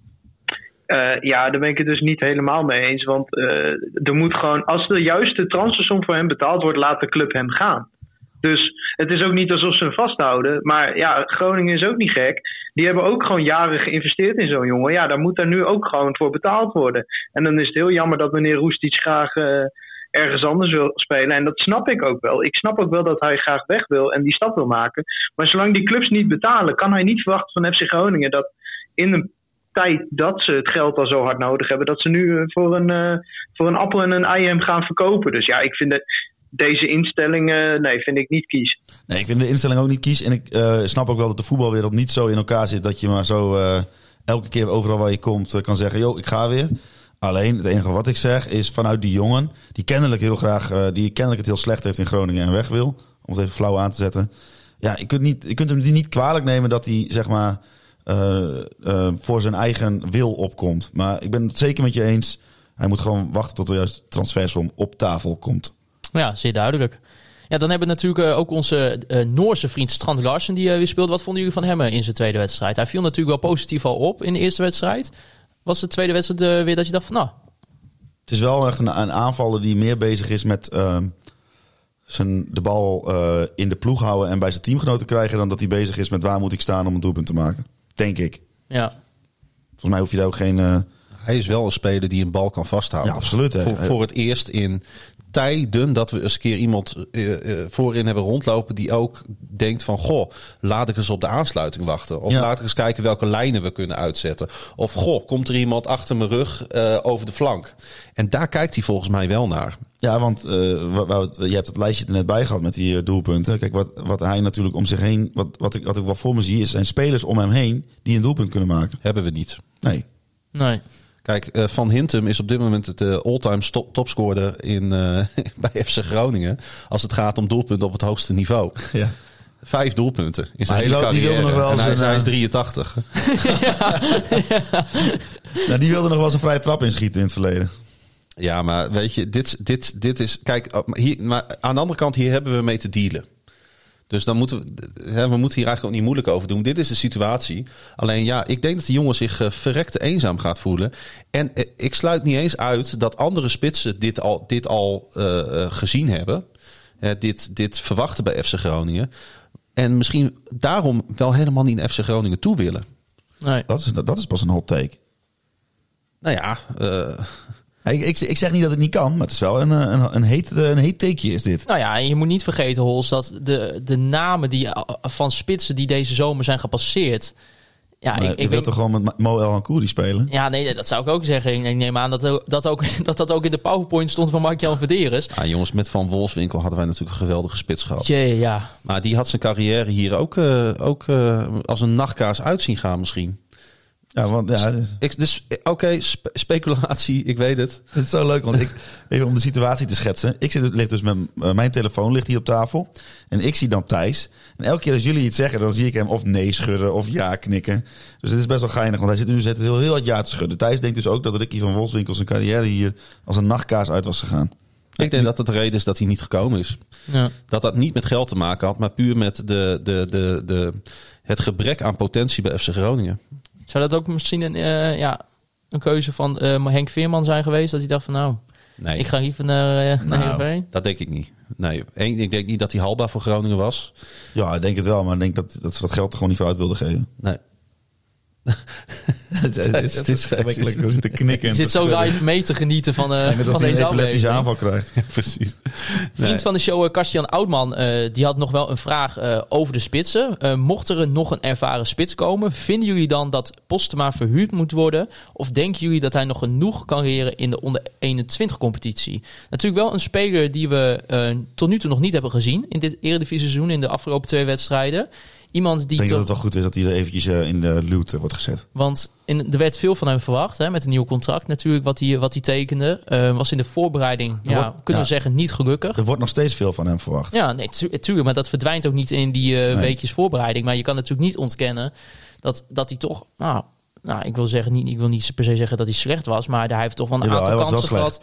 Daar ben ik het dus niet helemaal mee eens. Want er moet gewoon, als de juiste transfersom voor hem betaald wordt, laat de club hem gaan. Dus het is ook niet alsof ze hem vasthouden. Maar ja, Groningen is ook niet gek. Die hebben ook gewoon jaren geïnvesteerd in zo'n jongen. Ja, daar moet daar nu ook gewoon voor betaald worden. En dan is het heel jammer dat meneer Roestic graag ergens anders wil spelen. En dat snap ik ook wel. Ik snap ook wel dat hij graag weg wil en die stap wil maken. Maar zolang die clubs niet betalen, kan hij niet verwachten van FC Groningen dat in een tijd dat ze het geld al zo hard nodig hebben, dat ze nu voor een appel en een ei hem gaan verkopen. Dus ja, ik vind deze instelling, vind ik niet kies. Nee, ik vind de instelling ook niet kies. En ik snap ook wel dat de voetbalwereld niet zo in elkaar zit dat je maar zo elke keer overal waar je komt kan zeggen, yo, ik ga weer. Alleen, het enige wat ik zeg is vanuit die jongen, die kennelijk heel graag, die kennelijk het heel slecht heeft in Groningen en weg wil, om het even flauw aan te zetten. Ja, je kunt hem die niet kwalijk nemen dat hij, zeg maar, voor zijn eigen wil opkomt. Maar ik ben het zeker met je eens. Hij moet gewoon wachten tot de juiste transfersom op tafel komt. Ja, zeer duidelijk. Ja, dan hebben we natuurlijk ook onze Noorse vriend Strand Larsen die weer speelde. Wat vonden jullie van hem in zijn tweede wedstrijd? Hij viel natuurlijk wel positief al op in de eerste wedstrijd. Was de tweede wedstrijd weer dat je dacht van Het is wel echt een aanvaller die meer bezig is met de bal in de ploeg houden en bij zijn teamgenoten krijgen dan dat hij bezig is met waar moet ik staan om een doelpunt te maken. Denk ik. Ja. Volgens mij hoef je daar ook geen... Hij is wel een speler die een bal kan vasthouden. Ja, absoluut. Voor het eerst in tijden dat we eens een keer iemand voorin hebben rondlopen die ook denkt van, goh, laat ik eens op de aansluiting wachten. Of laat ik eens kijken welke lijnen we kunnen uitzetten. Of goh, komt er iemand achter mijn rug over de flank. En daar kijkt hij volgens mij wel naar. Ja, want je hebt het lijstje er net bij gehad met die doelpunten. Kijk, wat hij natuurlijk om zich heen, wat ik wel voor me zie, zijn spelers om hem heen die een doelpunt kunnen maken. Hebben we niet. Nee. Kijk, Van Hintem is op dit moment de all-time topscorer bij FC Groningen. Als het gaat om doelpunten op het hoogste niveau. Ja. 5 doelpunten in zijn hele Die carrière. wilde nog wel En hij is 83. Nou, die wilde nog wel eens een vrije trap inschieten in het verleden. Ja, maar weet je, dit is... Kijk, maar aan de andere kant, hier hebben we mee te dealen. Dus dan moeten we moeten hier eigenlijk ook niet moeilijk over doen. Dit is de situatie. Alleen ja, ik denk dat de jongen zich verrekte eenzaam gaat voelen. En ik sluit niet eens uit dat andere spitsen dit al gezien hebben. Dit verwachten bij FC Groningen. En misschien daarom wel helemaal niet naar FC Groningen toe willen. Nee. Dat is pas een hot take. Nou ja... Ik zeg niet dat het niet kan, maar het is wel een heet takeje is dit. Nou ja, en je moet niet vergeten, Hols, dat de namen van spitsen die deze zomer zijn gepasseerd... Ja, ik wil toch gewoon met Mo El Hankouri spelen? Ja, nee, dat zou ik ook zeggen. Ik neem aan dat ook in de PowerPoint stond van Mark-Jan Verderes. Ja, jongens, met Van Wolfswinkel hadden wij natuurlijk een geweldige spits gehad. Ja. Maar die had zijn carrière hier ook als een nachtkaas uit zien gaan misschien. Ja, want Oké, speculatie, ik weet het. Het is zo leuk, want even om de situatie te schetsen. Ligt dus met mijn telefoon ligt hier op tafel. En ik zie dan Thijs. En elke keer als jullie iets zeggen, dan zie ik hem of nee schudden of ja knikken. Dus het is best wel geinig, want hij zit nu heel hard ja te schudden. Thijs denkt dus ook dat Ricky van Wolfswinkel zijn carrière hier als een nachtkaas uit was gegaan. Ik denk dat het de reden is dat hij niet gekomen is. Ja. Dat niet met geld te maken had, maar puur met het gebrek aan potentie bij FC Groningen. Zou dat ook misschien een keuze van Henk Veerman zijn geweest? Dat hij dacht van nee. Ik ga liever naar Heerenveen? Dat denk ik niet. Nee, ik denk niet dat hij haalbaar voor Groningen was. Ja, ik denk het wel. Maar ik denk dat ze dat geld er gewoon niet voor uit wilden geven. Nee. Het is werkelijk. We zitten knikken. Je zit zo live mee te genieten van deze epileptische aanval krijgt. Ja, precies. Vriend van de show, Karstian Oudman, die had nog wel een vraag over de spitsen. Mocht er nog een ervaren spits komen, vinden jullie dan dat Postema verhuurd moet worden? Of denken jullie dat hij nog genoeg kan leren in de onder 21 competitie? Natuurlijk wel een speler die we tot nu toe nog niet hebben gezien in dit Eredivisie-seizoen in de afgelopen 2 wedstrijden. Iemand die ik denk dat het wel goed is dat hij er eventjes in de luwt wordt gezet. Want er werd veel van hem verwacht. Hè, met een nieuw contract natuurlijk wat hij tekende. Was in de voorbereiding, kunnen we zeggen, niet gelukkig. Er wordt nog steeds veel van hem verwacht. Ja, nee, tuurlijk. Maar dat verdwijnt ook niet in die weekjes voorbereiding. Maar je kan natuurlijk niet ontkennen dat hij toch... ik wil niet per se zeggen dat hij slecht was. Maar hij heeft toch wel een aantal kansen gehad.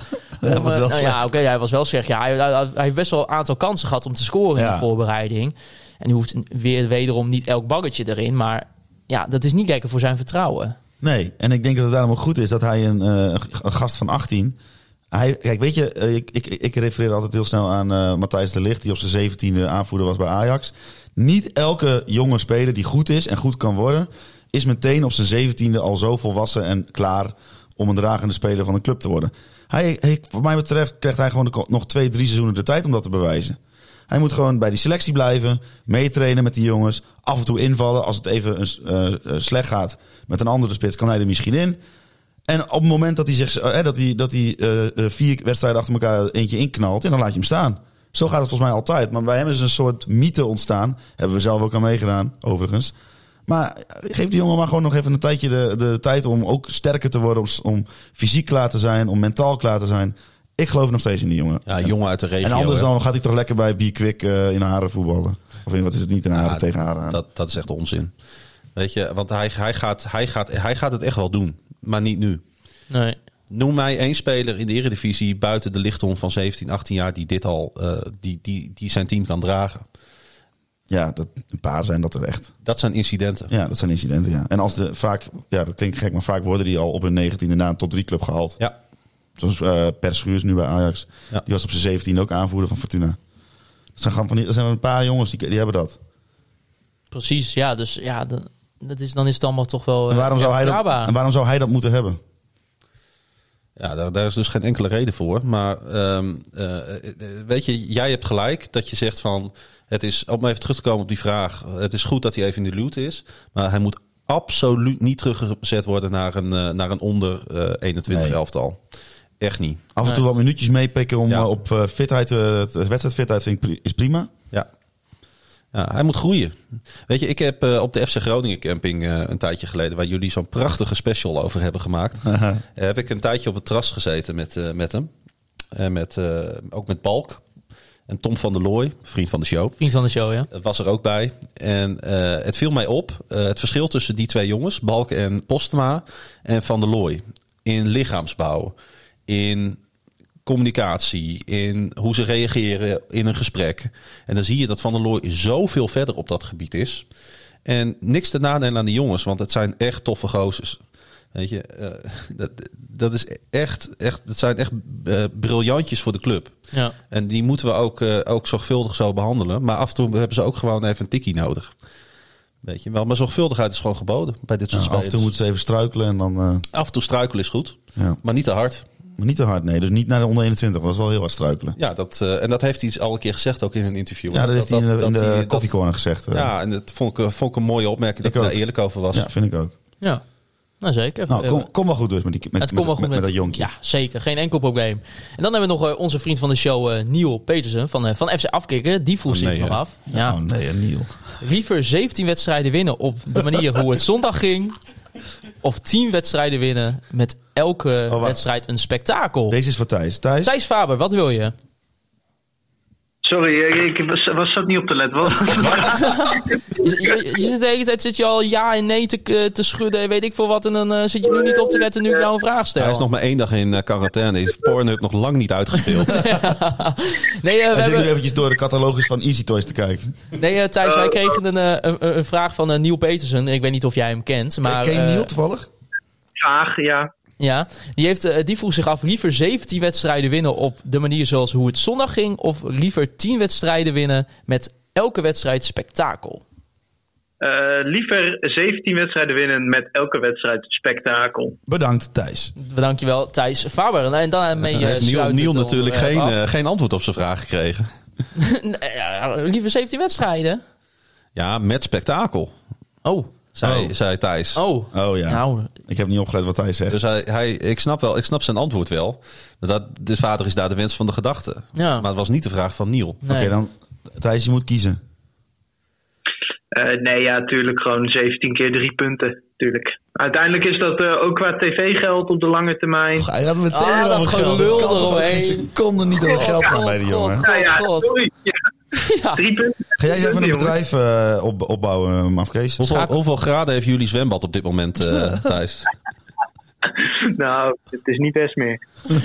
Hij was wel slecht. Ja, hij heeft best wel een aantal kansen gehad om te scoren in de voorbereiding. En hij hoeft wederom niet elk baggetje erin. Maar ja, dat is niet kijken voor zijn vertrouwen. Nee, en ik denk dat het daarom ook goed is dat hij een gast van 18... Kijk, weet je, ik refereer altijd heel snel aan Matthijs de Ligt... die op zijn 17e aanvoerder was bij Ajax. Niet elke jonge speler die goed is en goed kan worden... is meteen op zijn 17e al zo volwassen en klaar... om een dragende speler van een club te worden. Wat mij betreft krijgt hij gewoon nog 2-3 seizoenen de tijd om dat te bewijzen. Hij moet gewoon bij die selectie blijven, meetrainen met die jongens, af en toe invallen. Als het even slecht gaat met een andere spits, kan hij er misschien in. En op het moment dat hij 4 wedstrijden achter elkaar eentje inknalt, dan laat je hem staan. Zo gaat het volgens mij altijd. Maar bij hem is een soort mythe ontstaan. Hebben we zelf ook aan meegedaan, overigens. Maar geef die jongen maar gewoon nog even een tijdje de tijd om ook sterker te worden. Om fysiek klaar te zijn, om mentaal klaar te zijn. Ik geloof nog steeds in die jongen. Ja, jongen uit de regio. En anders dan gaat hij toch lekker bij Bierkwik in Haren voetballen. Of wat is het niet in Haren tegen Haren? Dat is echt onzin. Weet je, want hij gaat het echt wel doen. Maar niet nu. Nee. Noem mij 1 speler in de Eredivisie buiten de lichthond van 17, 18 jaar die dit al die zijn team kan dragen. Ja, een paar zijn dat er echt. Dat zijn incidenten. Ja, dat zijn incidenten, ja. En dat klinkt gek, maar vaak worden die al op hun 19e na een top 3 club gehaald. Ja. Zoals Per Schuurs nu bij Ajax. Ja. Die was op zijn 17 ook aanvoerder van Fortuna. Dat zijn een paar jongens die hebben dat. Precies, ja. Dus ja, dan is het allemaal toch wel. En waarom zou hij dat moeten hebben? Ja, daar is dus geen enkele reden voor. Maar weet je, jij hebt gelijk dat je zegt van... Het is, om even terug te komen op die vraag... Het is goed dat hij even in de loot is. Maar hij moet absoluut niet teruggezet worden naar een onder 21 elftal. Echt niet. Af en toe wat minuutjes meepikken om op fitheid... wedstrijdfitheid vind ik is prima. Ja. Ja, hij moet groeien. Weet je, ik heb op de FC Groningen camping een tijdje geleden, waar jullie zo'n prachtige special over hebben gemaakt, heb ik een tijdje op het terras gezeten met hem. Ook met Balk. En Tom van der Looy, vriend van de show. Vriend van de show, ja. Was er ook bij. En het viel mij op, het verschil tussen die twee jongens, Balk en Postema en Van der Looy, in lichaamsbouw, in communicatie, in hoe ze reageren in een gesprek. En dan zie je dat Van der Looy zoveel verder op dat gebied is. En niks te nadelen aan die jongens, want het zijn echt toffe gozers. Weet je, dat is echt, dat zijn echt briljantjes voor de club. Ja. En die moeten we ook zorgvuldig zo behandelen. Maar af en toe hebben ze ook gewoon even een tikkie nodig. Weet je wel, maar zorgvuldigheid is gewoon geboden bij dit soort spelers. Af en toe moeten ze even struikelen en dan... Af en toe struikelen is goed, maar niet te hard. Maar niet te hard, nee. Dus niet naar de onder 21. Dat was wel heel hard struikelen. Ja, en dat heeft hij al een keer gezegd, ook in een interview. Ja, dat heeft hij in de koffiecorner gezegd. Ja, en dat vond ik een mooie opmerking, dat hij daar eerlijk over was. Ja, vind ik ook. Ja. Nou, zeker. Kom wel goed dus met dat jonkje. Ja, zeker. Geen enkel probleem. En dan hebben we nog onze vriend van de show, Niel Petersen van FC Afkikken. Die vroeg zich nog af. Ja. Oh nee, Niel. Liever 17 wedstrijden winnen op de manier hoe het zondag ging, of 10 wedstrijden winnen met elke wedstrijd een spektakel. Deze is voor Thijs. Thijs Faber, wat wil je? Sorry, ik zat niet op te letten. Je zit de hele tijd al ja en nee te schudden, weet ik veel wat. En dan zit je nu niet op te letten nu ik jou een vraag stel. Hij is nog maar 1 dag in quarantaine. Hij heeft Pornhub nog lang niet uitgespeeld. Nee, hij zit nu eventjes door de catalogus van Easy Toys te kijken. Nee, Thijs, wij kregen een vraag van Niel Petersen. Ik weet niet of jij hem kent. Maar, ken je Niel toevallig? Graag, ja. Ja, die vroeg zich af, liever 17 wedstrijden winnen op de manier zoals hoe het zondag ging, of liever 10 wedstrijden winnen met elke wedstrijd spektakel? Liever 17 wedstrijden winnen met elke wedstrijd spektakel. Bedankt, Thijs. Dankjewel, Thijs Faber. En daarmee heeft Niel natuurlijk geen antwoord op zijn vraag gekregen. Liever 17 wedstrijden? Ja, met spektakel. Zei Thijs. Oh ja. Nou, ik heb niet opgelet wat hij zegt. Dus ik snap zijn antwoord wel. De vader is daar de wens van de gedachte. Ja. Maar het was niet de vraag van Niel. Nee. Oké, dan Thijs, je moet kiezen. Nee, ja, natuurlijk gewoon 17 keer 3 punten. Tuurlijk. Uiteindelijk is dat ook qua tv-geld op de lange termijn. Hij gaat meteen dat gewoon lul eromheen. Ze konden niet over geld gaan bij die jongen. Sorry. Ja. 3 punten. Ga jij even een bedrijf opbouwen, Mafkees? Hoeveel graden heeft jullie zwembad op dit moment, Thijs? Nou, het is niet best meer.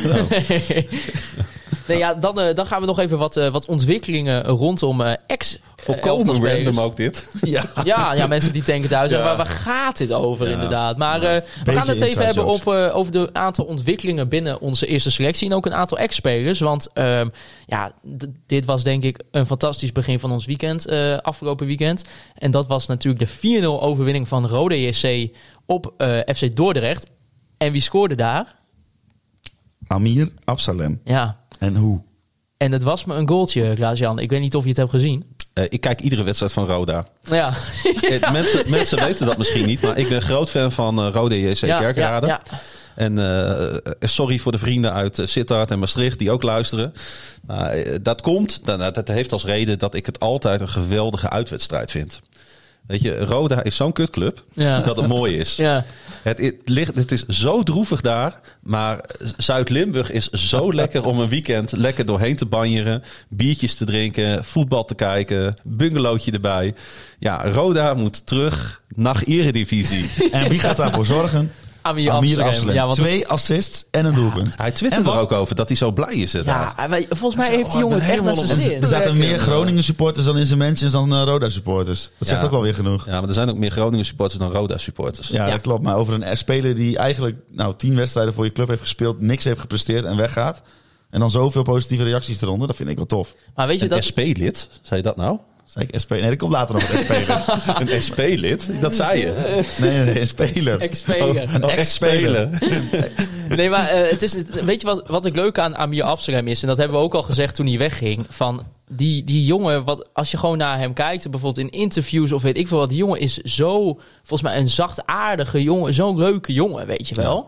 Nee, ja, dan gaan we nog even wat ontwikkelingen rondom volkomen random ook dit. Ja, mensen die denken thuis, waar gaat dit over inderdaad? Maar we gaan het even hebben over de aantal ontwikkelingen binnen onze eerste selectie en ook een aantal ex-spelers. Want dit was denk ik een fantastisch begin van ons weekend, afgelopen weekend. En dat was natuurlijk de 4-0 overwinning van Roda JC op FC Dordrecht. En wie scoorde daar? Amir Absalem. Ja. En hoe? En het was me een goaltje, Klaas-Jan. Ik weet niet of je het hebt gezien. Ik kijk iedere wedstrijd van Roda. Ja. Mensen weten dat misschien niet, maar ik ben groot fan van Roda JC Kerkrade. Ja. En sorry voor de vrienden uit Sittard en Maastricht die ook luisteren. Dat komt, dat heeft als reden dat ik het altijd een geweldige uitwedstrijd vind. Weet je, Roda is zo'n kutclub dat het mooi is. Ja. Het is zo droevig daar, maar Zuid-Limburg is zo lekker om een weekend lekker doorheen te banjeren, biertjes te drinken, voetbal te kijken, bungalowtje erbij. Ja, Roda moet terug naar Eredivisie. En wie gaat daarvoor zorgen? Amir Absalem. Ja, 2 assists en een doelpunt. Hij twitterde er ook over dat hij zo blij is. Volgens mij heeft die jongen het echt naar zijn zin. Er zaten meer Groningen supporters dan in zijn mentions dan Roda supporters. Dat zegt ook wel weer genoeg. Ja, maar er zijn ook meer Groningen supporters dan Roda supporters. Ja, dat klopt. Maar over een speler die eigenlijk 10 wedstrijden voor je club heeft gespeeld, niks heeft gepresteerd en weggaat. En dan zoveel positieve reacties eronder. Dat vind ik wel tof. Maar weet je dat SP-lid, zei je dat nou? Zei ik SP? Nee, dat komt later nog een SP-lid. Een SP-lid? Dat zei je. Nee, een speler. Ex-speler. Een ex-speler. Nee, maar weet je wat het leuke aan Amir Absalem is? En dat hebben we ook al gezegd toen hij wegging. Van die jongen, als je gewoon naar hem kijkt, bijvoorbeeld in interviews of weet ik veel wat. Die jongen is zo, volgens mij een zachtaardige jongen. Zo'n leuke jongen, weet je wel. Ja.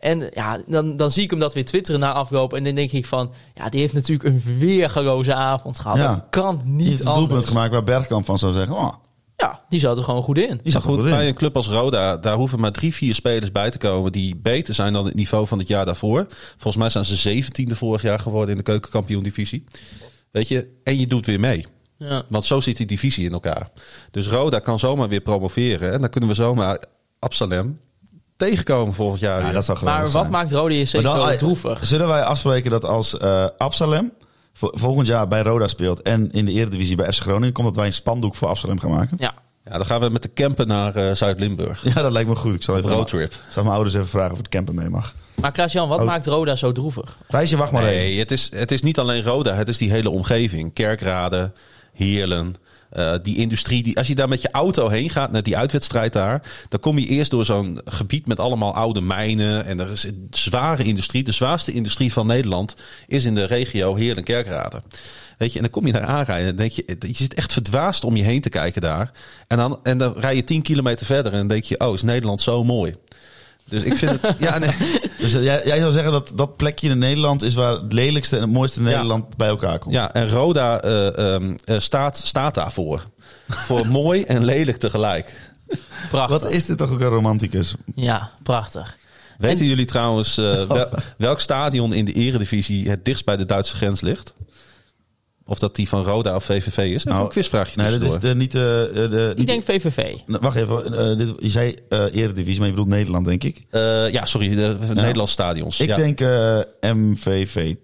En ja, dan zie ik hem dat weer twitteren na afloop. En dan denk ik van, ja, die heeft natuurlijk een weergaloze avond gehad. Ja. Dat kan Die niet heeft een anders. doelpunt gemaakt waar Bergkamp van zou zeggen... Oh, Ja, die zat er gewoon goed in. die zat Goed, goed in. bij een club als Roda, daar hoeven maar 3-4 spelers bij te komen die beter zijn dan het niveau van het jaar daarvoor. Volgens mij zijn ze 17e vorig jaar geworden in de keukenkampioen-divisie. Weet je, en je doet weer mee. Ja. Want zo zit die divisie in elkaar. Dus Roda kan zomaar weer promoveren. En dan kunnen we zomaar Absalem tegenkomen volgend jaar. Ja, weer. dat zou geweldig Maar zijn. wat maakt Rode JC Maar dan- zo droevig? Zullen wij afspreken dat als Absalem volgend jaar bij Roda speelt... en in de Eredivisie bij FC Groningen... komt dat wij een spandoek voor Absalem gaan maken? Ja, Ja, dan gaan we met de camper naar Zuid-Limburg. Ja, dat lijkt me goed. Ik zal even Roadtrip. zal mijn ouders even vragen of het camper mee mag. maar Klaas-Jan, wat Oh. maakt Roda zo droevig? Thijsje, wacht maar even. Nee, het is niet alleen Roda. Het is die hele omgeving. Kerkrade, Heerlen. Die industrie. Als je daar met je auto heen gaat naar die uitwedstrijd daar. Dan kom je eerst door zo'n gebied met allemaal oude mijnen. En er is een zware industrie. De zwaarste industrie van Nederland is in de regio Heerlen-Kerkrade. Weet je, en dan kom je daar aanrijden. En denk je zit echt verdwaasd om je heen te kijken daar. En dan rij je 10 kilometer verder. En dan denk je, oh, is Nederland zo mooi. Dus ik vind het... Ja, nee. Dus jij zou zeggen dat dat plekje in Nederland is waar het lelijkste en het mooiste in Nederland bij elkaar komt. Ja, en Roda staat daarvoor. Voor mooi en lelijk tegelijk. Prachtig. Wat is dit toch ook een romanticus? Ja, prachtig. Weten jullie trouwens welk stadion in de Eredivisie het dichtst bij de Duitse grens ligt? Of dat die van Roda of VVV is? Even een quizvraagje Nee, tussendoor. dat is niet... Ik denk VVV. Wacht even, je zei Eredivisie, maar je bedoelt Nederland, denk ik. Ja, sorry, de Nederlandse stadions. Ik ja. denk MVV.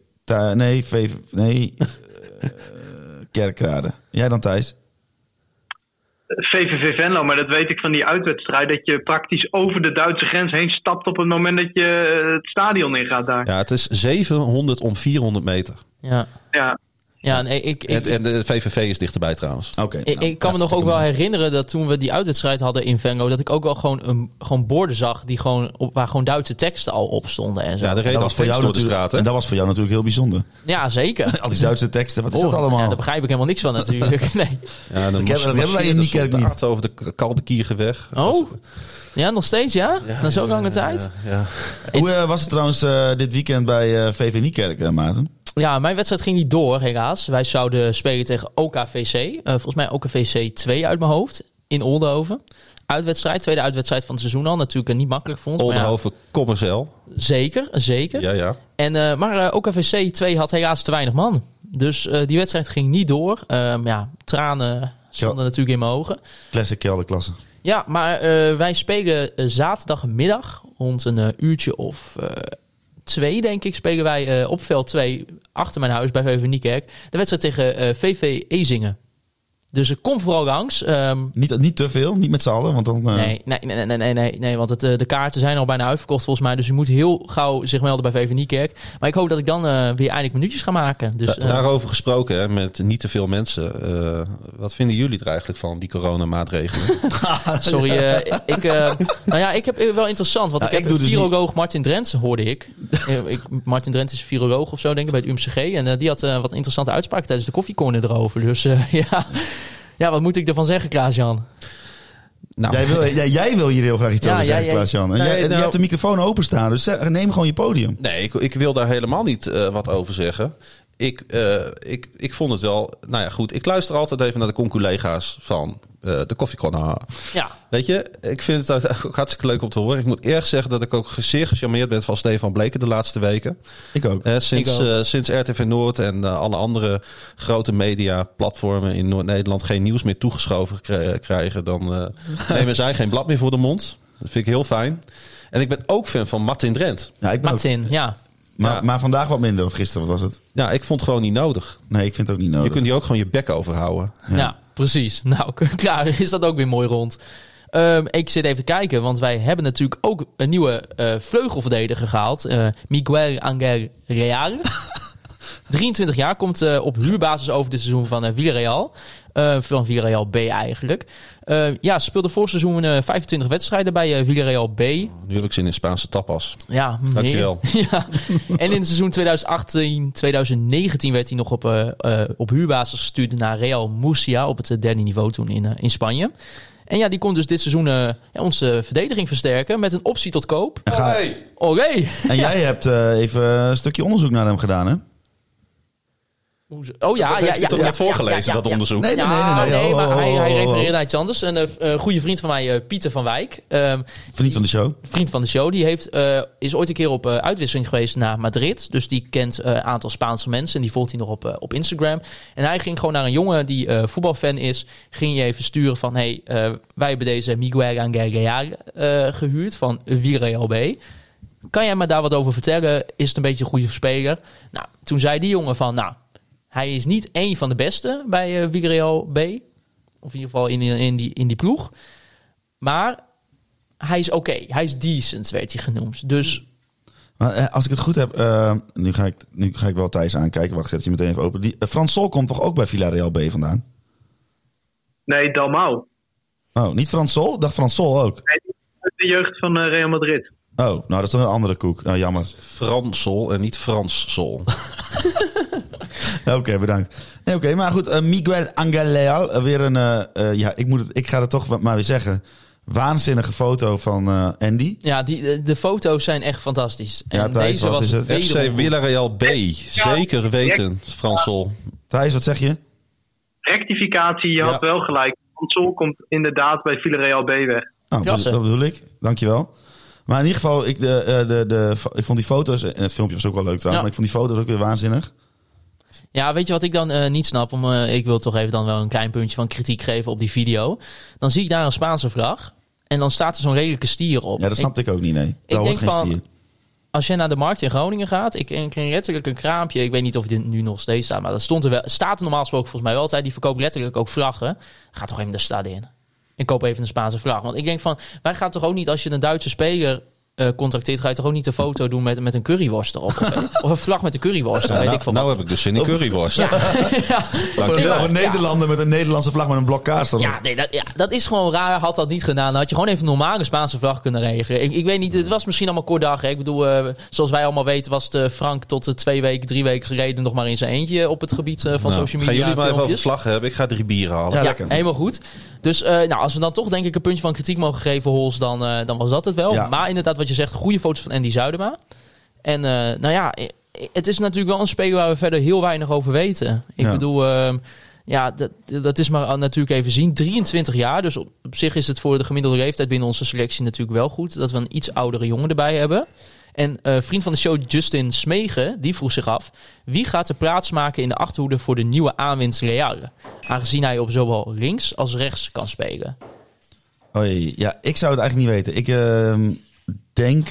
Kerkrade. Jij dan, Thijs? VVV Venlo, maar dat weet ik van die uitwedstrijd. Dat je praktisch over de Duitse grens heen stapt op het moment dat je het stadion ingaat daar. Ja, het is 700 om 400 meter. Ja. Ja. Ja, nee, En de VVV is dichterbij trouwens. Oké. Ik kan me nog ook wel herinneren dat toen we die uitwedstrijd hadden in Venlo, dat ik ook wel gewoon borden zag die waar gewoon Duitse teksten al op stonden en zo. Ja, de reden als tanks door de straat. Hè? En dat was voor jou natuurlijk heel bijzonder. Ja, zeker. Al die Duitse teksten, wat is dat allemaal? Ja, daar begrijp ik helemaal niks van natuurlijk. Nee. Ja, dan dat hebben wij in Niekerk niet. over de Kalde Kiergeweg. Oh, ja, nog steeds ja? Na zo'n lange tijd? Ja. Hoe was het trouwens dit weekend bij VV Niekerk, Maarten? Ja, mijn wedstrijd ging niet door, helaas. Wij zouden spelen tegen OKVC. Volgens mij OKVC 2 uit mijn hoofd. In Oldhoven. Uitwedstrijd, tweede uitwedstrijd van het seizoen al. Natuurlijk niet makkelijk voor ons. Oldhoven, Kommerzijl. Zeker. Ja, ja. En, maar OKVC 2 had helaas te weinig man. Dus die wedstrijd ging niet door. Tranen stonden natuurlijk in mijn ogen. Classic kelderklasse. Ja, maar wij spelen zaterdagmiddag rond een uurtje of 2, denk ik, spelen wij op veld 2 achter mijn huis bij VV Niekerk. De wedstrijd tegen VV Ezingen. Dus kom vooral langs. Niet te veel, niet met z'n allen, want dan... Nee, want de kaarten zijn al bijna uitverkocht volgens mij. Dus u moet heel gauw zich melden bij VV Niekerk. Maar ik hoop dat ik dan weer eindelijk minuutjes ga maken. Dus, Daarover gesproken, hè, met niet te veel mensen. Wat vinden jullie er eigenlijk van, die coronamaatregelen? Sorry, ik heb wel interessant. Want ik heb doe dus viroloog Martin Drents, hoorde ik. Martin Drents is viroloog of zo, denk ik, bij het UMCG. En die had wat interessante uitspraken tijdens de koffiecorner erover. Dus ja, wat moet ik ervan zeggen, Klaas-Jan? Nou, Jij wil hier heel graag iets over zeggen, Klaas-Jan. En je hebt de microfoon openstaan, dus neem gewoon je podium. Nee, ik wil daar helemaal niet wat over zeggen. Ik vond het wel... Nou ja, goed. Ik luister altijd even naar de conculega's van de koffiecorner. Ja. Weet je, ik vind het ook hartstikke leuk om te horen. Ik moet erg zeggen dat ik ook zeer gecharmeerd ben van Stefan Bleken de laatste weken. Ik ook. Sinds RTV Noord en alle andere grote media-platformen in Noord-Nederland geen nieuws meer toegeschoven krijgen, dan nemen zij geen blad meer voor de mond. Dat vind ik heel fijn. En ik ben ook fan van Martin Drent. Ja, ik ben Martin, ook... ja. Maar vandaag wat minder, of gisteren, wat was het? Ja, ik vond het gewoon niet nodig. Nee, ik vind het ook niet nodig. Je kunt hier ook gewoon je bek overhouden. Ja, precies. Nou, klaar is dat ook weer mooi rond. Ik zit even te kijken, want wij hebben natuurlijk ook een nieuwe vleugelverdediger gehaald. Miguel Angel Real. 23 jaar, komt op huurbasis over dit seizoen van Villarreal. Van Villarreal B eigenlijk. Speelde vorig seizoen 25 wedstrijden bij Villarreal B. Natuurlijk zin in Spaanse tapas. Ja, dankjewel. Ja. En in het seizoen 2018-2019 werd hij nog op huurbasis gestuurd naar Real Murcia op het derde niveau toen in Spanje. En ja, die komt dus dit seizoen onze verdediging versterken met een optie tot koop. Oké. En jij hebt even een stukje onderzoek naar hem gedaan, hè? Oh ja, dat heeft hij toch net voorgelezen, dat onderzoek? Nee. Maar hij refereerde naar iets anders. Een goede vriend van mij, Pieter van Wijk. Vriend van de show. Vriend van de show. Die is ooit een keer op uitwisseling geweest naar Madrid. Dus die kent een aantal Spaanse mensen. En die volgt hij nog op Instagram. En hij ging gewoon naar een jongen die voetbalfan is. Ging je even sturen van... wij hebben deze Miguel Angel gehuurd van Villarreal B. Kan jij me daar wat over vertellen? Is het een beetje een goede speler? Nou, toen zei die jongen van... hij is niet één van de beste bij Villarreal B. Of in ieder geval in die ploeg. Maar hij is oké. Hij is decent, werd hij genoemd. Dus... Maar als ik het goed heb... Nu ga ik wel Thijs aankijken. Wacht, zet je meteen even open. Frans Sol komt toch ook bij Villarreal B vandaan? Nee, Dalmau. Oh, niet Frans Sol? Ik dacht Frans Sol ook. Nee, de jeugd van Real Madrid. Oh, nou dat is toch een andere koek. Nou, jammer. Frans Sol en niet Frans Sol. Oké, bedankt. Nee, oké, maar goed. Miguel Angel weer een... ik ga het toch maar weer zeggen. Waanzinnige foto van Andy. Ja, de foto's zijn echt fantastisch. En ja, Thijs, deze was FC Villarreal B. Zeker weten, Frans Sol. Thijs, wat zeg je? Rectificatie, je had wel gelijk. Frans Sol komt inderdaad bij Villarreal B weg. Nou, dat bedoel ik. Dankjewel. Maar in ieder geval, ik vond die foto's... En het filmpje was ook wel leuk trouwens. Maar ik vond die foto's ook weer waanzinnig. Ja, weet je wat ik dan niet snap? Ik wil toch even dan wel een klein puntje van kritiek geven op die video. Dan zie ik daar een Spaanse vlag. En dan staat er zo'n redelijke stier op. Ja, dat snapte ik ook niet, nee. Ik denk van, als je naar de markt in Groningen gaat... Ik ken letterlijk een kraampje. Ik weet niet of dit nu nog steeds staat. Maar dat staat er normaal gesproken volgens mij wel altijd. Die verkoopt letterlijk ook vlaggen. Ga toch even de stad in. En koop even een Spaanse vlag. Want ik denk van, wij gaan toch ook niet... Als je een Duitse speler... contracteert, ga je toch ook niet een foto doen met een curryworst erop? Of een vlag met een curryworst. Heb ik dus zin in curryworst. Dankjewel. Een Nederlander met een Nederlandse vlag met een blok kaas erop. Dat is gewoon raar. Had dat niet gedaan, dan had je gewoon even een normale Spaanse vlag kunnen regelen. Ik weet niet, het was misschien allemaal kort dag. Hè. Ik bedoel, zoals wij allemaal weten was het Frank tot 3 weken geleden nog maar in zijn eentje op het gebied van social media. Gaan jullie maar even over vlag hebben? Ik ga 3 bieren halen. Ja, helemaal goed. Dus als we dan toch denk ik een puntje van kritiek mogen geven, Hols, dan was dat het wel. Ja. Maar inderdaad, wat je zegt, goede foto's van Andy Zuidema. En het is natuurlijk wel een speler waar we verder heel weinig over weten. Ik bedoel, dat is maar natuurlijk even zien. 23 jaar, dus op zich is het voor de gemiddelde leeftijd binnen onze selectie natuurlijk wel goed dat we een iets oudere jongen erbij hebben. En vriend van de show Justin Smegen, die vroeg zich af... wie gaat er plaats maken in de achterhoede voor de nieuwe aanwinst Real? Aangezien hij op zowel links als rechts kan spelen. Ik zou het eigenlijk niet weten. Ik denk...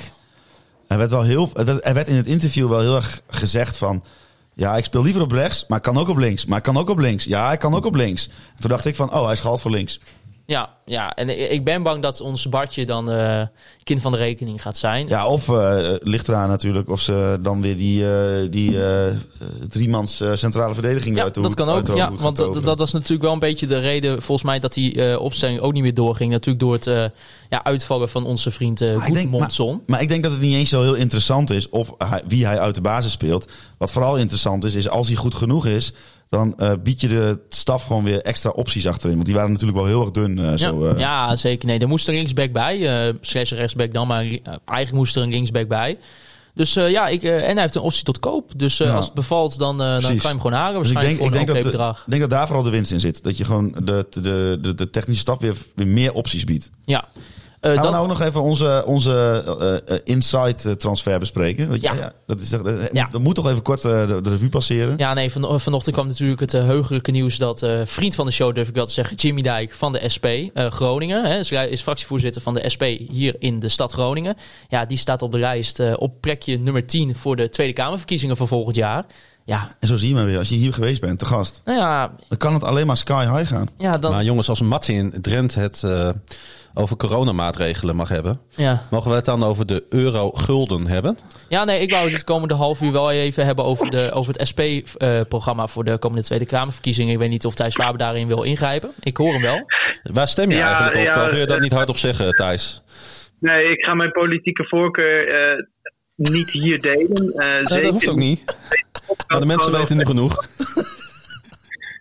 Er werd in het interview wel heel erg gezegd van... Ja, ik speel liever op rechts, maar ik kan ook op links. Maar ik kan ook op links. Ja, ik kan ook op links. En toen dacht ik van, hij is gehaald voor links. Ja, en ik ben bang dat ons Bartje dan kind van de rekening gaat zijn. Ja, of ligt eraan natuurlijk of ze dan weer die 3-mans centrale verdediging uit dat kan ook. Ja, want dat was natuurlijk wel een beetje de reden volgens mij dat die opstelling ook niet meer doorging. Natuurlijk door het uitvallen van onze vriend Gudmundsson. Maar ik denk dat het niet eens zo heel interessant is of wie hij uit de basis speelt. Wat vooral interessant is als hij goed genoeg is... dan bied je de staf gewoon weer extra opties achterin. Want die waren natuurlijk wel heel erg dun. Ja, zeker. Nee, er moest er linksback bij. Slash rechtsback dan, maar eigenlijk moest er een linksback bij. Dus en hij heeft een optie tot koop. Dus als het bevalt, dan kan je hem gewoon halen. Waarschijnlijk voor een oké bedrag. Ik denk dat daar vooral de winst in zit. Dat je gewoon de technische stap weer meer opties biedt. Ja. Gaan we nou ook nog even onze inside transfer bespreken? Dat moet toch even kort de revue passeren? Ja, nee, vanochtend kwam natuurlijk het heugelijke nieuws dat vriend van de show, durf ik wel te zeggen, Jimmy Dijk van de SP Groningen. Dus hij is fractievoorzitter van de SP hier in de stad Groningen. Ja, die staat op de lijst op plekje nummer 10 voor de Tweede Kamerverkiezingen van volgend jaar. Ja. En zo zie je maar weer, als je hier geweest bent, te gast, dan kan het alleen maar sky high gaan. Ja, maar jongens, als Mats in Drent het over coronamaatregelen mag hebben, mogen we het dan over de euro-gulden hebben? Ja, nee, ik wou het komende half uur wel even hebben over het SP-programma voor de komende Tweede Kamerverkiezingen. Ik weet niet of Thijs Faber daarin wil ingrijpen. Ik hoor hem wel. Waar stem je eigenlijk op? Of wil je dat niet hardop zeggen, Thijs? Nee, ik ga mijn politieke voorkeur niet hier delen. Dat hoeft ook niet. Maar de mensen weten nu genoeg.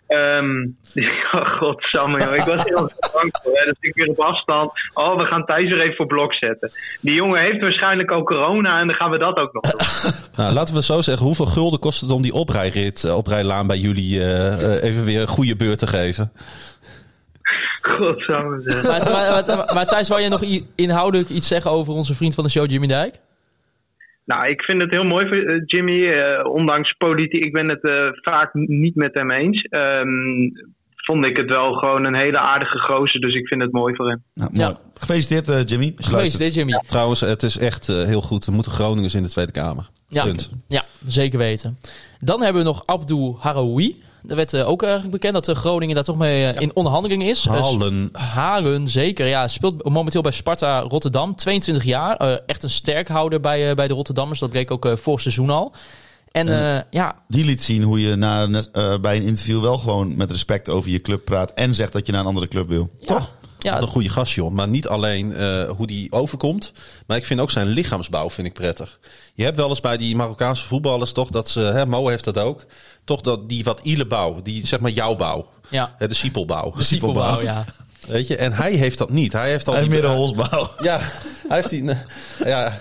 Godsamme, joh. Ik was heel bang voor. Dus ik weer op afstand. We gaan Thijs weer even voor blok zetten. Die jongen heeft waarschijnlijk al corona en dan gaan we dat ook nog doen. Nou, laten we zo zeggen. Hoeveel gulden kost het om die oprijlaan bij jullie even weer een goede beurt te geven? Godsamme. Maar Thijs, wou je nog inhoudelijk iets zeggen over onze vriend van de show, Jimmy Dijk? Nou, ik vind het heel mooi voor Jimmy. Ondanks politiek, ik ben het vaak niet met hem eens. Vond ik het wel gewoon een hele aardige gozer. Dus ik vind het mooi voor hem. Nou, mooi. Ja. Gefeliciteerd, Jimmy. Gefeliciteerd, Jimmy. Ja. Trouwens, het is echt heel goed. Er moeten Groningers in de Tweede Kamer. Ja, zeker weten. Dan hebben we nog Abdul Haraoui. Er werd ook bekend dat Groningen daar toch mee in onderhandeling is. Halen, zeker. Ja, speelt momenteel bij Sparta Rotterdam. 22 jaar. Echt een sterkhouder bij de Rotterdammers. Dat bleek ook vorig seizoen al. En die liet zien hoe je bij een interview wel gewoon met respect over je club praat. En zegt dat je naar een andere club wil. Ja. Toch? Ja, een goede gast, joh. Maar niet alleen hoe die overkomt. Maar ik vind ook zijn lichaamsbouw vind ik prettig. Je hebt wel eens bij die Marokkaanse voetballers toch dat ze... Mo heeft dat ook. Toch dat die wat ile-bouw. Die zeg maar jouw bouw. Ja. De siepelbouw. De siepelbouw, ja. Weet je? En hij heeft dat niet. Hij heeft al die middenholsbouw. Ja, hij heeft die... Ja.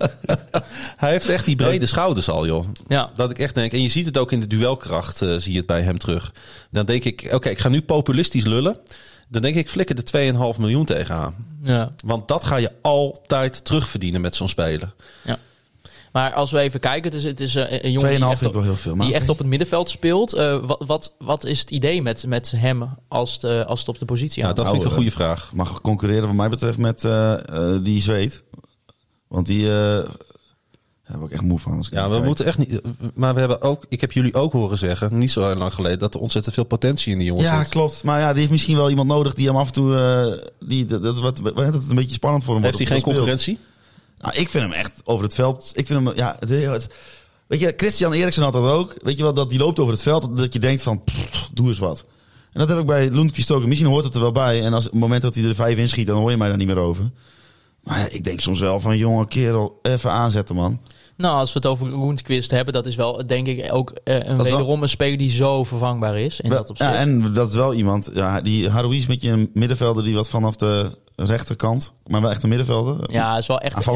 Hij heeft echt die brede schouders al, joh. Ja. Dat ik echt denk... En je ziet het ook in de duelkracht, zie je het bij hem terug. Dan denk ik, oké, ik ga nu populistisch lullen. Dan denk ik, flikker de 2,5 miljoen tegenaan. Ja. Want dat ga je altijd terugverdienen met zo'n speler. Ja. Maar als we even kijken, het is een jongen die echt op het middenveld speelt. Wat is het idee met hem als het op de positie aan? Dat vind ik een goede vraag. Mag concurreren wat mij betreft met die Zweed. Want die... Daar ben ik echt moe van. We moeten echt niet... Maar we hebben ook... Ik heb jullie ook horen zeggen, niet zo heel lang geleden, dat er ontzettend veel potentie in die jongen zit. Ja, klopt. Maar ja, die heeft misschien wel iemand nodig die hem af en toe... dat het een beetje spannend voor hem wordt. Heeft hij geen concurrentie? Nou, ik vind hem echt over het veld... Ik vind hem... Ja, weet je, Christian Eriksen had dat ook. Weet je wel, dat die loopt over het veld, dat je denkt van... doe eens wat. En dat heb ik bij Lundqvist ook. Misschien hoort het er wel bij. En als op het moment dat hij er 5 inschiet, dan hoor je mij daar niet meer over. Maar ja, ik denk soms wel van, jonge kerel, even aanzetten, man. Nou, als we het over Lundqvist hebben, dat is wel, denk ik, ook wederom een speler die zo vervangbaar is. In dat opzicht. Ja, en dat is wel iemand. Ja, die Haraoui is een beetje een middenvelder die wat vanaf de rechterkant, maar wel echt een middenvelder. Ja, is wel echt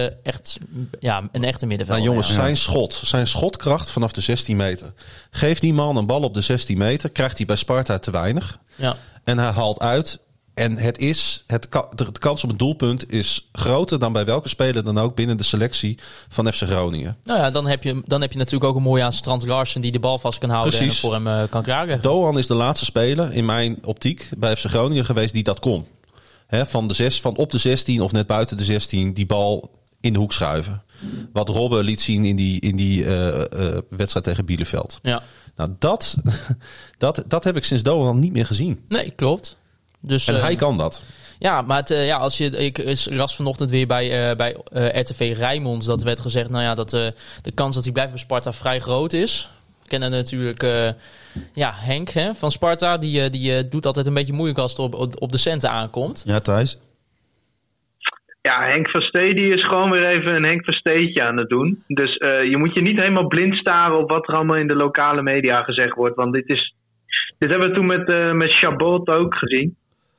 een echte middenvelder. Nou jongens, zijn schotkracht vanaf de 16 meter. Geef die man een bal op de 16 meter, krijgt hij bij Sparta te weinig. Ja. En hij haalt uit. En de kans op een doelpunt is groter dan bij welke speler dan ook binnen de selectie van FC Groningen. Nou ja, dan heb je natuurlijk ook een mooie aan Strand Larsen die de bal vast kan houden. Precies. En voor hem kan kraken. Doan is de laatste speler in mijn optiek bij FC Groningen geweest die dat kon. Van op de 16 of net buiten de 16 die bal in de hoek schuiven. Wat Robben liet zien in die wedstrijd tegen Bielefeld. Ja. Nou, dat heb ik sinds Doan niet meer gezien. Nee, klopt. Dus, en hij kan dat. Ja, maar ik las vanochtend weer bij RTV Rijnmond. Dat werd gezegd dat de kans dat hij blijft bij Sparta vrij groot is. We kennen natuurlijk Henk van Sparta. Die doet altijd een beetje moeilijk als het op de centen aankomt. Ja, Thijs? Ja, Henk van Stee die is gewoon weer even een Henk van Steetje aan het doen. Dus je moet je niet helemaal blind staren op wat er allemaal in de lokale media gezegd wordt. Want dit hebben we toen met Chabot ook gezien.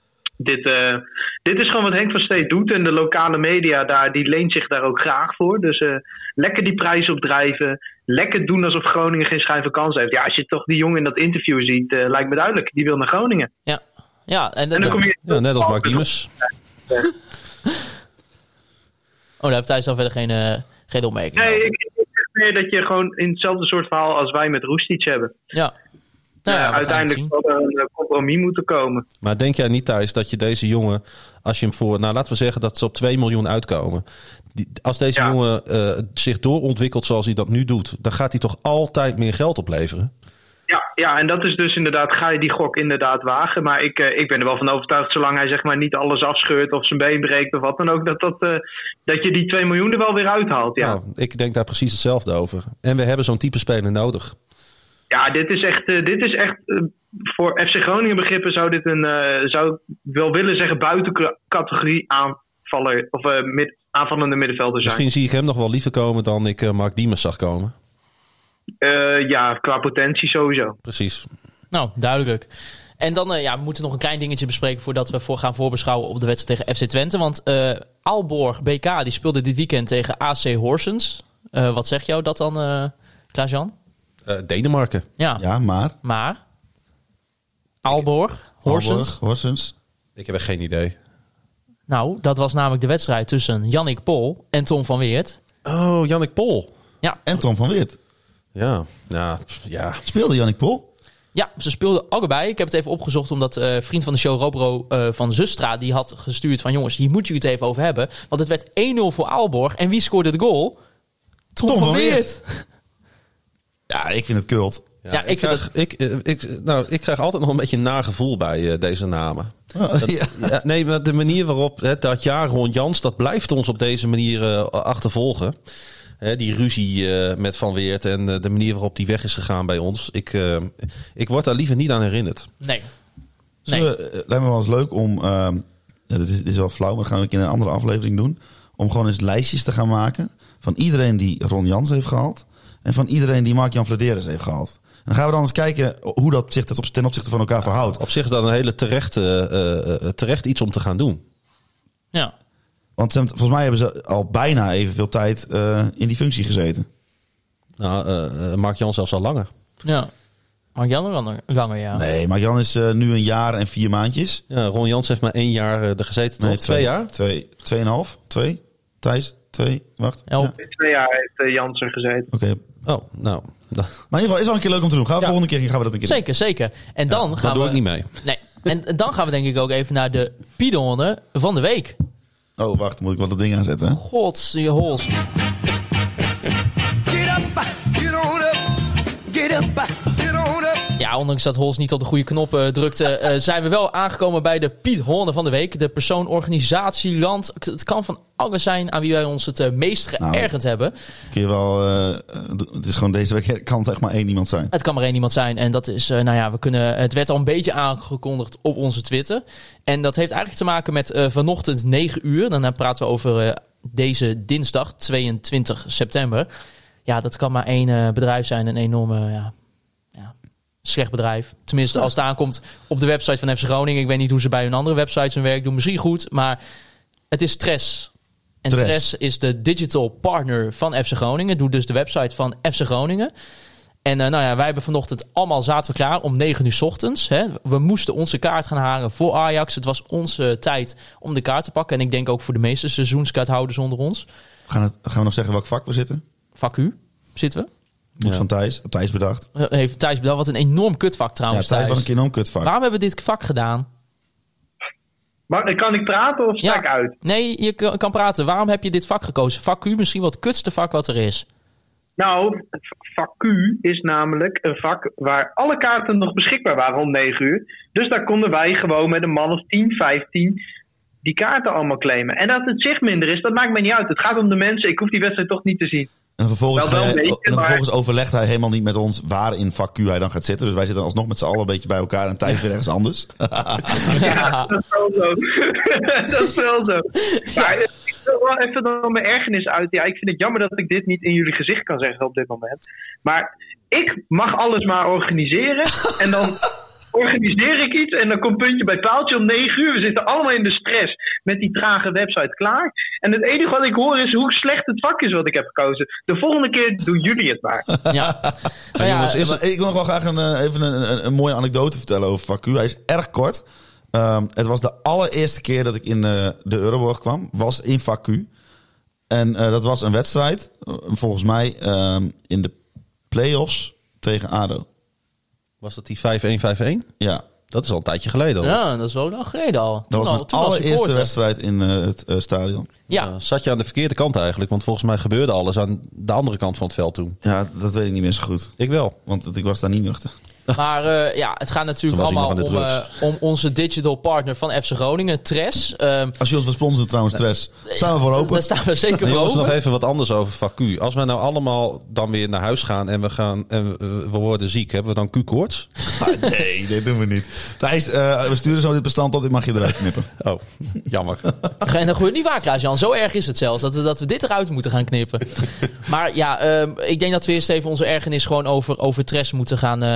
Dit is gewoon wat Henk van Stee doet. En de lokale media die leent zich daar ook graag voor. Dus lekker die prijs opdrijven. Lekker doen alsof Groningen geen schijn van kans heeft. Ja, als je toch die jongen in dat interview ziet, lijkt me duidelijk. Die wil naar Groningen. Ja, en dan kom je... Ja, net als Mark Diemers. Daar heeft Thijs dan verder geen opmerking. Nee, ik zeg meer dat je gewoon in hetzelfde soort verhaal als wij met Roestic hebben. Ja. Uiteindelijk zal er een compromis moeten komen. Maar denk jij niet, Thijs, dat je deze jongen, als je hem voor, laten we zeggen dat ze op 2 miljoen uitkomen. Als deze jongen zich doorontwikkelt zoals hij dat nu doet, dan gaat hij toch altijd meer geld opleveren? Ja, en dat is dus inderdaad, ga je die gok inderdaad wagen. Maar ik ben er wel van overtuigd, zolang hij zeg maar niet alles afscheurt of zijn been breekt of wat dan ook, dat je die 2 miljoen er wel weer uithaalt. Ja. Nou, ik denk daar precies hetzelfde over. En we hebben zo'n type speler nodig. Ja, dit is echt voor FC Groningen begrippen zou ik wel willen zeggen buiten categorie aanvaller of aanvallende middenvelder zijn. Misschien zie ik hem nog wel liever komen dan ik Mark Diemers zag komen. Ja, qua potentie sowieso. Precies. Nou, duidelijk. En dan we moeten nog een klein dingetje bespreken voordat we gaan voorbeschouwen op de wedstrijd tegen FC Twente. Want Aalborg BK die speelde dit weekend tegen AC Horsens. Wat zegt jou dat dan, Klaas-Jan? Denemarken. Ja, Maar? Aalborg, Horsens. Ik heb echt geen idee. Nou, dat was namelijk de wedstrijd tussen Jannik Pol en Tom van Weert. Oh, Jannik Pol. Ja. En Tom van Weert. Ja. Speelde Jannik Pol? Ja, ze speelden allebei. Ik heb het even opgezocht omdat vriend van de show Robro van Zustra die had gestuurd van jongens, hier moet je het even over hebben. Want het werd 1-0 voor Aalborg. En wie scoorde de goal? Tom van Weert. Ja, ik vind het kult. Ja, ik krijg altijd nog een beetje een nagevoel bij deze namen. Maar de manier waarop dat jaar Ron Jans, dat blijft ons op deze manier achtervolgen. Die ruzie met Van Weert en de manier waarop die weg is gegaan bij ons. Ik word daar liever niet aan herinnerd. Nee. Lijkt me wel eens leuk om... dit is wel flauw, maar dat gaan we een keer in een andere aflevering doen. Om gewoon eens lijstjes te gaan maken van iedereen die Ron Jans heeft gehaald. En van iedereen die Mark-Jan Vladeres heeft gehaald. En dan gaan we dan eens kijken hoe dat zich ten opzichte van elkaar verhoudt. Op zich is dat een hele terecht iets om te gaan doen. Ja. Want volgens mij hebben ze al bijna evenveel tijd in die functie gezeten. Nou, Mark-Jan zelfs al langer. Ja. Mark-Jan langer, ja. Nee, Mark-Jan is nu 1 jaar en 4 maandjes. Ja, Ron Jans heeft maar 1 jaar er gezeten, toch? Nee, 2 jaar? 2,5? 2? Thijs? 2? Wacht. Ja. 2 jaar heeft Jans er gezeten. Oké. Oh, nou. Maar in ieder geval is wel een keer leuk om te doen. Volgende keer gaan we dat een keer doen. Zeker. En dan gaan doe we... ik niet mee. Nee. En dan gaan we denk ik ook even naar de Piedonne van de week. Oh, wacht. Moet ik wel dat ding aanzetten, hè? Gods, je hols. Get up, get on up, get up, get on up. Ja, ondanks dat Hols niet op de goede knoppen drukte, zijn we wel aangekomen bij de Piet Honne van de week. De persoon, organisatie, land. Het kan van alles zijn aan wie wij ons het meest geërgerd hebben. Kun je wel, het is gewoon deze week, kan het echt maar 1 iemand zijn. Het kan maar 1 iemand zijn. En dat is, het werd al een beetje aangekondigd op onze Twitter. En dat heeft eigenlijk te maken met vanochtend 9 uur. Dan praten we over deze dinsdag, 22 september. Ja, dat kan maar 1 bedrijf zijn. Een enorme... slecht bedrijf. Tenminste, als het aankomt op de website van FC Groningen. Ik weet niet hoe ze bij hun andere websites hun werk doen. Misschien goed, maar het is Tres. En Tres is de digital partner van FC Groningen. Doet dus de website van FC Groningen. En wij hebben vanochtend zaten we klaar om 9 uur 's ochtends. Hè. We moesten onze kaart gaan halen voor Ajax. Het was onze tijd om de kaart te pakken. En ik denk ook voor de meeste seizoenskaarthouders onder ons. Gaan we nog zeggen welk vak we zitten? Vak U zitten we. Moet van Thijs. Thijs bedacht. Heeft Thijs bedacht. Wat een enorm kutvak trouwens. Ja, Thijs was een enorm kutvak. Waarom hebben we dit vak gedaan? Maar kan ik praten of sta ik uit? Nee, je kan praten. Waarom heb je dit vak gekozen? Vak Q, misschien wel het kutste vak wat er is. Nou, vak Q is namelijk een vak waar alle kaarten nog beschikbaar waren om 9 uur. Dus daar konden wij gewoon met een man of 10, 15 die kaarten allemaal claimen. En dat het zicht minder is, dat maakt mij niet uit. Het gaat om de mensen. Ik hoef die wedstrijd toch niet te zien. En vervolgens overlegt hij helemaal niet met ons waar in vak Q hij dan gaat zitten. Dus wij zitten alsnog met z'n allen een beetje bij elkaar en Thijs weer ergens anders. Ja, dat is wel zo. Dat is wel zo. Maar ik wil wel even dan mijn ergernis uit. Ja, ik vind het jammer dat ik dit niet in jullie gezicht kan zeggen op dit moment. Maar ik mag alles maar organiseren. En dan organiseer ik iets en dan komt puntje bij paaltje om 9 uur. We zitten allemaal in de stress met die trage website klaar. En het enige wat ik hoor is hoe slecht het vak is wat ik heb gekozen. De volgende keer doen jullie het maar. Ja. Jongens, ik wil nog wel graag even een mooie anekdote vertellen over vak Q. Hij is erg kort. Het was de allereerste keer dat ik in de Euroborg kwam. Was in vak Q. En dat was een wedstrijd. Volgens mij in de play-offs tegen ADO. Was dat die 5-1-5-1? Ja. Dat is al een tijdje geleden. Ja, dat is wel lang geleden al. Dat was mijn allereerste wedstrijd in het stadion. Ja. Zat je aan de verkeerde kant eigenlijk? Want volgens mij gebeurde alles aan de andere kant van het veld toen. Ja, dat weet ik niet meer zo goed. Ik wel. Want ik was daar niet nuchter. Maar het gaat natuurlijk allemaal om onze digital partner van FC Groningen, Tres. Als je ons wil sponsoren trouwens, Tres, staan we voor open. Daar staan we zeker voor jongens, open. nog even wat anders over vak Q. Als wij nou allemaal dan weer naar huis gaan en we worden ziek, hebben we dan Q-koorts? Nee, dit doen we niet. Thijs, we sturen zo dit bestand op, dit mag je eruit knippen. Oh, jammer. En dat gebeurt niet vaak, Klaas-Jan. Zo erg is het zelfs, dat we dit eruit moeten gaan knippen. Maar ja, ik denk dat we eerst even onze ergernis gewoon over Tres moeten gaan uiten.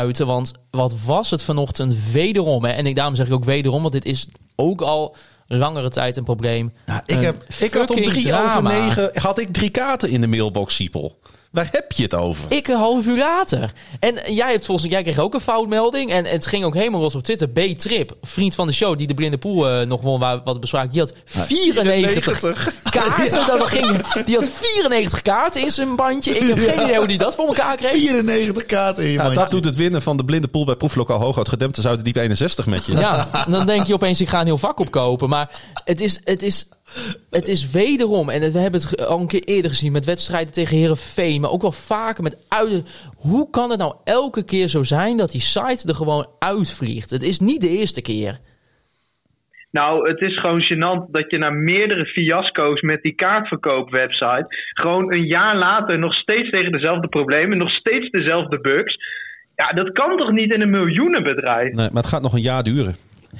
afsluiten. Want wat was het vanochtend wederom. Hè? En daarom zeg ik ook wederom, want dit is ook al langere tijd een probleem. Ja, Ik had om 8:03 had ik 3 kaarten in de mailbox, Siepel. Waar heb je het over? Ik een half uur later. En jij kreeg ook een foutmelding. En het ging ook helemaal los op Twitter. B-Trip, vriend van de show, die de blinde pool nog won, waar wat bespraak. Die had 94 kaarten. Ja. Die had 94 kaarten in zijn bandje. Ik heb geen idee hoe die dat voor elkaar kreeg. 94 kaarten in je bandje. Dat doet het winnen van de blinde pool bij proeflokaal Hooghout Gedempte Zuiderdiep 61 met je. Ja, dan denk je opeens, ik ga een heel vak opkopen. Maar het is wederom, en we hebben het al een keer eerder gezien met wedstrijden tegen Heerenveen, maar ook wel vaker met uit. Hoe kan het nou elke keer zo zijn dat die site er gewoon uitvliegt? Het is niet de eerste keer. Nou, het is gewoon gênant dat je na meerdere fiasco's met die kaartverkoopwebsite gewoon een jaar later nog steeds tegen dezelfde problemen, nog steeds dezelfde bugs. Ja, dat kan toch niet in een miljoenenbedrijf? Nee, maar het gaat nog een jaar duren.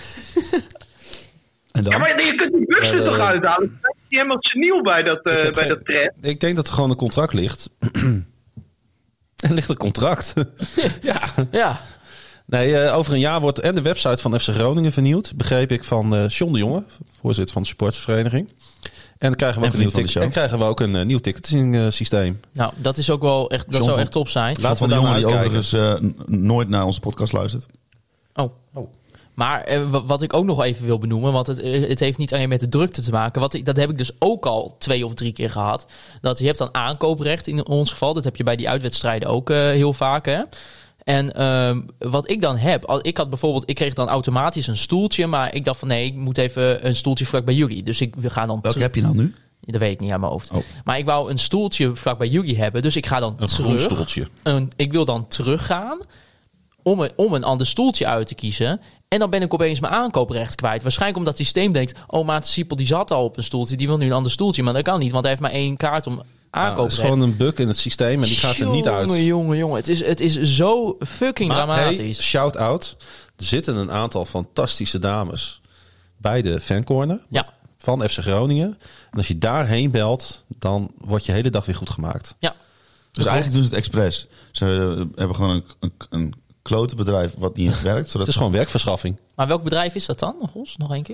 En dan? Ja, maar je kunt die bugs er toch uithalen? Ik ben niet helemaal seniel bij dat trend. Ik denk dat er gewoon een contract ligt. Er ligt een contract. Ja. Nee, over een jaar wordt en de website van FC Groningen vernieuwd. Begreep ik van John de Jonge, voorzitter van de supportersvereniging. En dan krijgen we ook een nieuw ticketing systeem. Nou, dat is ook wel echt, dat zou echt top zijn. Laat van de jongen die overigens nooit naar onze podcast luistert. Oh. Maar wat ik ook nog even wil benoemen, want het heeft niet alleen met de drukte te maken. Dat heb ik dus ook al 2 of 3 keer gehad. Dat je hebt dan aankooprecht in ons geval. Dat heb je bij die uitwedstrijden ook heel vaak. Hè? En wat ik dan heb, ik kreeg dan automatisch een stoeltje, maar ik dacht van nee, ik moet even een stoeltje vlak bij jullie. Dus we gaan dan. Welke heb je nou nu? Dat weet ik niet aan mijn hoofd. Oh. Maar ik wou een stoeltje vlak bij jullie hebben, dus ik ga dan terug. Een stoeltje. Ik wil dan teruggaan om een ander stoeltje uit te kiezen. En dan ben ik opeens mijn aankooprecht kwijt. Waarschijnlijk omdat het systeem denkt, oh, Maarten Siepel die zat al op een stoeltje, die wil nu een ander stoeltje. Maar dat kan niet, want hij heeft maar 1 kaart om aankooprecht. Het is gewoon een bug in het systeem en die gaat er niet uit. Jongen. Het is zo fucking dramatisch. Hey, shout-out. Er zitten een aantal fantastische dames bij de fancorner van FC Groningen. En als je daarheen belt, dan wordt je hele dag weer goed gemaakt. Ja. Dus eigenlijk doen ze het expres. Ze hebben gewoon een klote bedrijf wat niet werkt. Zodat het is gewoon werkverschaffing. Maar welk bedrijf is dat dan? Nog 1 keer?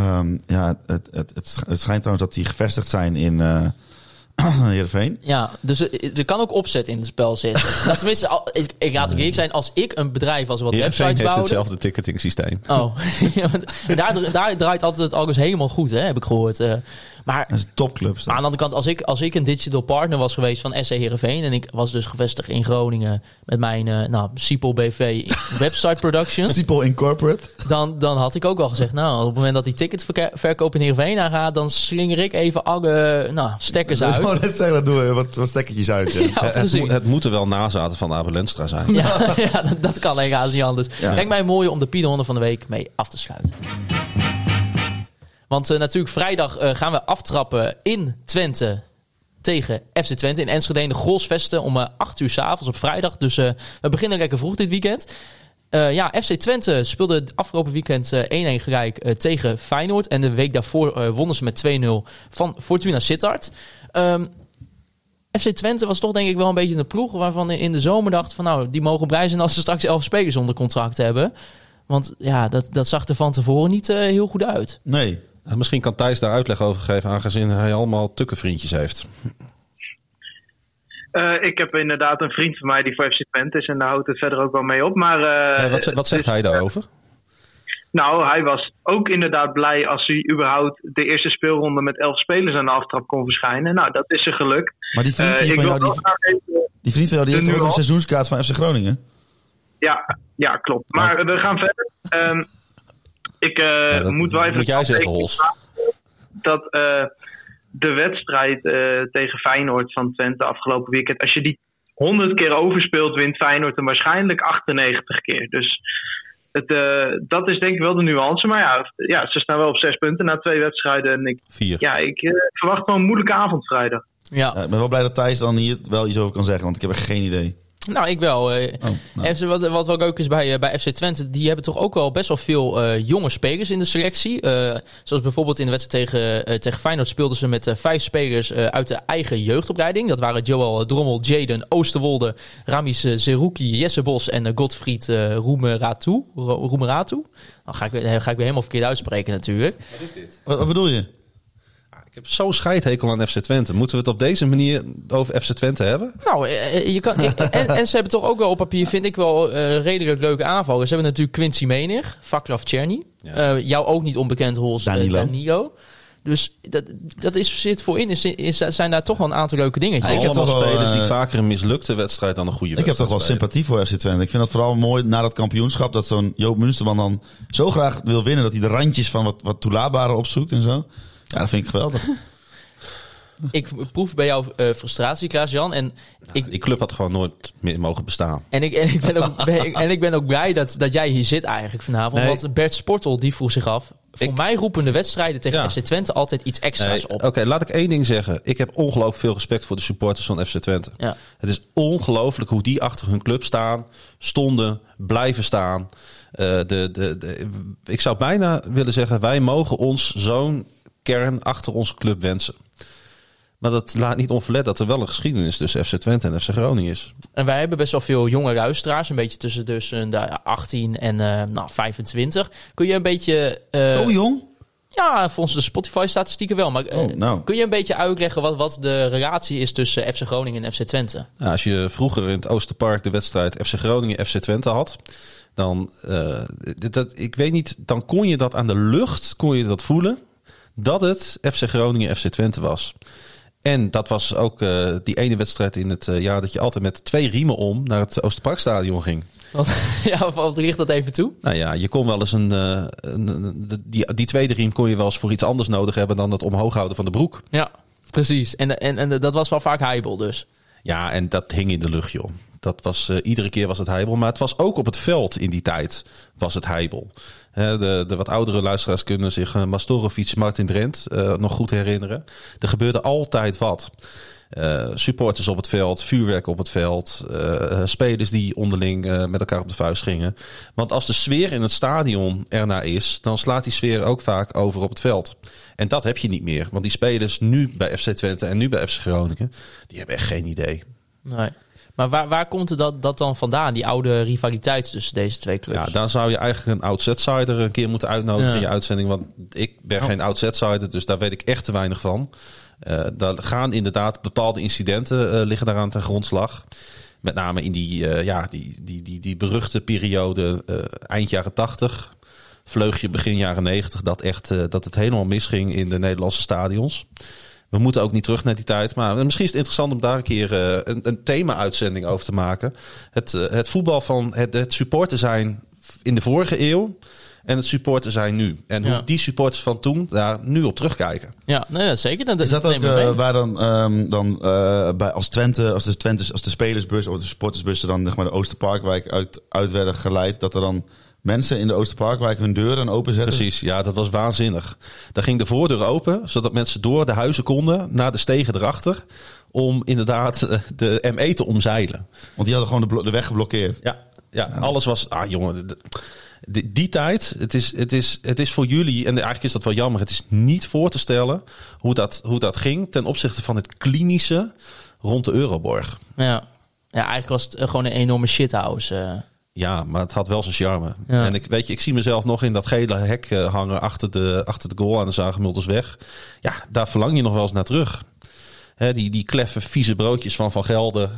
Het schijnt trouwens dat die gevestigd zijn in Heerenveen. Ja, dus er kan ook opzet in het spel zitten. Nou, tenminste, ik laat het eerlijk zijn. Als ik een bedrijf als wat websites bouwde... heeft hetzelfde ticketing systeem. Oh, daar draait altijd alles helemaal goed, hè, heb ik gehoord. Maar dat is een topclub. Aan de andere kant, als ik een digital partner was geweest van SC Heerenveen... en ik was dus gevestigd in Groningen met mijn Siepel BV website production... Siepel Incorporate. Dan had ik ook wel gezegd, nou, op het moment dat die ticketverkoop in Heerenveen aangaat... dan slinger ik even alle stekkers uit. Dat doen we wat stekkertjes uit. Ja. Het moeten wel nazaten van Abel Lenstra zijn. Ja, dat kan helaas niet anders. Ja. Lijkt mij mooi om de Pieter van de Week mee af te sluiten. Want natuurlijk vrijdag gaan we aftrappen in Twente tegen FC Twente. In Enschede in de Grolsvesten om 8 uur 's avonds op vrijdag. Dus we beginnen lekker vroeg dit weekend. FC Twente speelde afgelopen weekend 1-1 gelijk tegen Feyenoord. En de week daarvoor wonnen ze met 2-0 van Fortuna Sittard. FC Twente was toch denk ik wel een beetje een ploeg waarvan in de zomer dacht van nou, die mogen blij zijn als ze straks 11 spelers onder contract hebben. Want ja, dat zag er van tevoren niet heel goed uit. Nee. Misschien kan Thijs daar uitleg over geven, aangezien hij allemaal tukkenvriendjes heeft. Ik heb inderdaad een vriend van mij die voor FC Twente is en daar houdt het verder ook wel mee op. Maar wat zegt hij daarover? Nou, hij was ook inderdaad blij als hij überhaupt de eerste speelronde met 11 spelers aan de aftrap kon verschijnen. Nou, dat is een geluk. Maar die vriend van jou, die vriend van jou, die heeft ook een seizoenskaart van FC Groningen? Ja, klopt. Maar we gaan verder. Moet wel even... Moet jij zeggen, Hols. Dat de wedstrijd tegen Feyenoord van Twente afgelopen weekend, als je die 100 keer overspeelt, wint Feyenoord hem waarschijnlijk 98 keer. Dus dat is denk ik wel de nuance. Maar ja, ze staan wel op 6 punten na 2 wedstrijden. En 4. Ja, ik verwacht gewoon een moeilijke avond vrijdag. Ja. Ik ben wel blij dat Thijs dan hier wel iets over kan zeggen, want ik heb echt geen idee. Nou, ik wel. FC, wat wel leuk is bij FC Twente, die hebben toch ook wel best wel veel jonge spelers in de selectie. Zoals bijvoorbeeld in de wedstrijd tegen Feyenoord speelden ze met 5 spelers uit de eigen jeugdopleiding. Dat waren Joel Drommel, Jaden Oosterwolde, Ramis Zerouki, Jesse Bos en Godfried Roemeratu. Dan ga ik weer helemaal verkeerd uitspreken natuurlijk. Wat is dit? Wat bedoel je? Ik heb zo'n scheidhekel aan FC Twente. Moeten we het op deze manier over FC Twente hebben? Nou, je kan, en ze hebben toch ook wel op papier, vind ik wel, redelijk leuke aanvallers. Ze hebben natuurlijk Quincy Menig, Vaclav Černý. Ja. Jou ook niet onbekend, Hols Danilo. Dus dat zit voorin. Zijn daar toch wel een aantal leuke dingetjes. Ik heb toch spelers die vaker een mislukte wedstrijd dan een goede wedstrijd. Ik heb toch wel sympathie voor FC Twente. Ik vind het vooral mooi na dat kampioenschap dat zo'n Joop Munsterman dan zo graag wil winnen dat hij de randjes van wat toelaatbare opzoekt en zo. Ja, dat vind ik geweldig. Ik proef bij jou frustratie, Klaas-Jan. En die club had gewoon nooit meer mogen bestaan. En ik ben ook blij dat jij hier zit eigenlijk vanavond. Nee. Want Bert Sportel die vroeg zich af. Voor mij roepen de wedstrijden tegen FC Twente altijd iets extra's op. Oké, laat ik één ding zeggen. Ik heb ongelooflijk veel respect voor de supporters van FC Twente. Ja. Het is ongelooflijk hoe die achter hun club stonden, blijven staan. Ik zou bijna willen zeggen, wij mogen ons zo'n kern achter onze club wensen. Maar dat laat niet onverlet dat er wel een geschiedenis tussen FC Twente en FC Groningen is. En wij hebben best wel veel jonge luisteraars. Een beetje tussen de 18 en 25. Kun je een beetje... Zo jong? Ja, volgens de Spotify-statistieken wel. Maar kun je een beetje uitleggen wat de relatie is tussen FC Groningen en FC Twente? Nou, als je vroeger in het Oosterpark de wedstrijd FC Groningen-FC Twente had... dan, ik weet niet, dan kon je dat aan de lucht voelen... dat het FC Groningen-FC Twente was. En dat was ook die ene wedstrijd in het jaar dat je altijd met 2 riemen om naar het Oosterparkstadion ging. Wat richt dat even toe? Nou ja, je kon wel eens die tweede riem kon je wel eens voor iets anders nodig hebben dan het omhoog houden van de broek. Ja, precies. En dat was wel vaak heibel dus. Ja, en dat hing in de lucht, joh. Dat was, iedere keer was het heibel. Maar het was ook op het veld in die tijd was het heibel. De wat oudere luisteraars kunnen zich Mastorovic, Martin Drent nog goed herinneren. Er gebeurde altijd wat. Supporters op het veld, vuurwerk op het veld. Spelers die onderling met elkaar op de vuist gingen. Want als de sfeer in het stadion ernaar is, dan slaat die sfeer ook vaak over op het veld. En dat heb je niet meer. Want die spelers nu bij FC Twente en nu bij FC Groningen, die hebben echt geen idee. Nee. Maar waar komt dat dan vandaan, die oude rivaliteit tussen deze twee clubs? Ja, dan zou je eigenlijk een oud-Zider een keer moeten uitnodigen in je uitzending. Want ik ben geen oud-Zider, dus daar weet ik echt te weinig van. Daar gaan inderdaad bepaalde incidenten liggen daaraan ten grondslag. Met name in die beruchte periode eind jaren 80. Vleugje begin jaren 90. Dat het helemaal misging in de Nederlandse stadions. We moeten ook niet terug naar die tijd. Maar misschien is het interessant om daar een keer een thema-uitzending over te maken. Het voetbal van het supporter zijn in de vorige eeuw en het supporter zijn nu. En hoe die supporters van toen daar nu op terugkijken. Ja, nee, zeker. Is dat ook waar dan bij als de spelersbus of de supportersbussen dan zeg maar de Oosterparkwijk uit werden geleid, dat er dan mensen in de Oosterparkwijk hun deuren openzetten? Precies, ja, dat was waanzinnig. Daar ging de voordeur open, zodat mensen door de huizen konden, naar de stegen erachter, om inderdaad de ME te omzeilen. Want die hadden gewoon de weg geblokkeerd. Ja, alles was... jongen, die tijd, het is voor jullie, en eigenlijk is dat wel jammer, het is niet voor te stellen hoe dat ging ten opzichte van het klinische rond de Euroborg. Ja, eigenlijk was het gewoon een enorme shithouse. Ja, maar het had wel zijn charme. Ja. En ik zie mezelf nog in dat gele hek hangen achter de goal aan de Zagenmuldersweg. Ja, daar verlang je nog wel eens naar terug. Die kleffe, vieze broodjes van Gelder.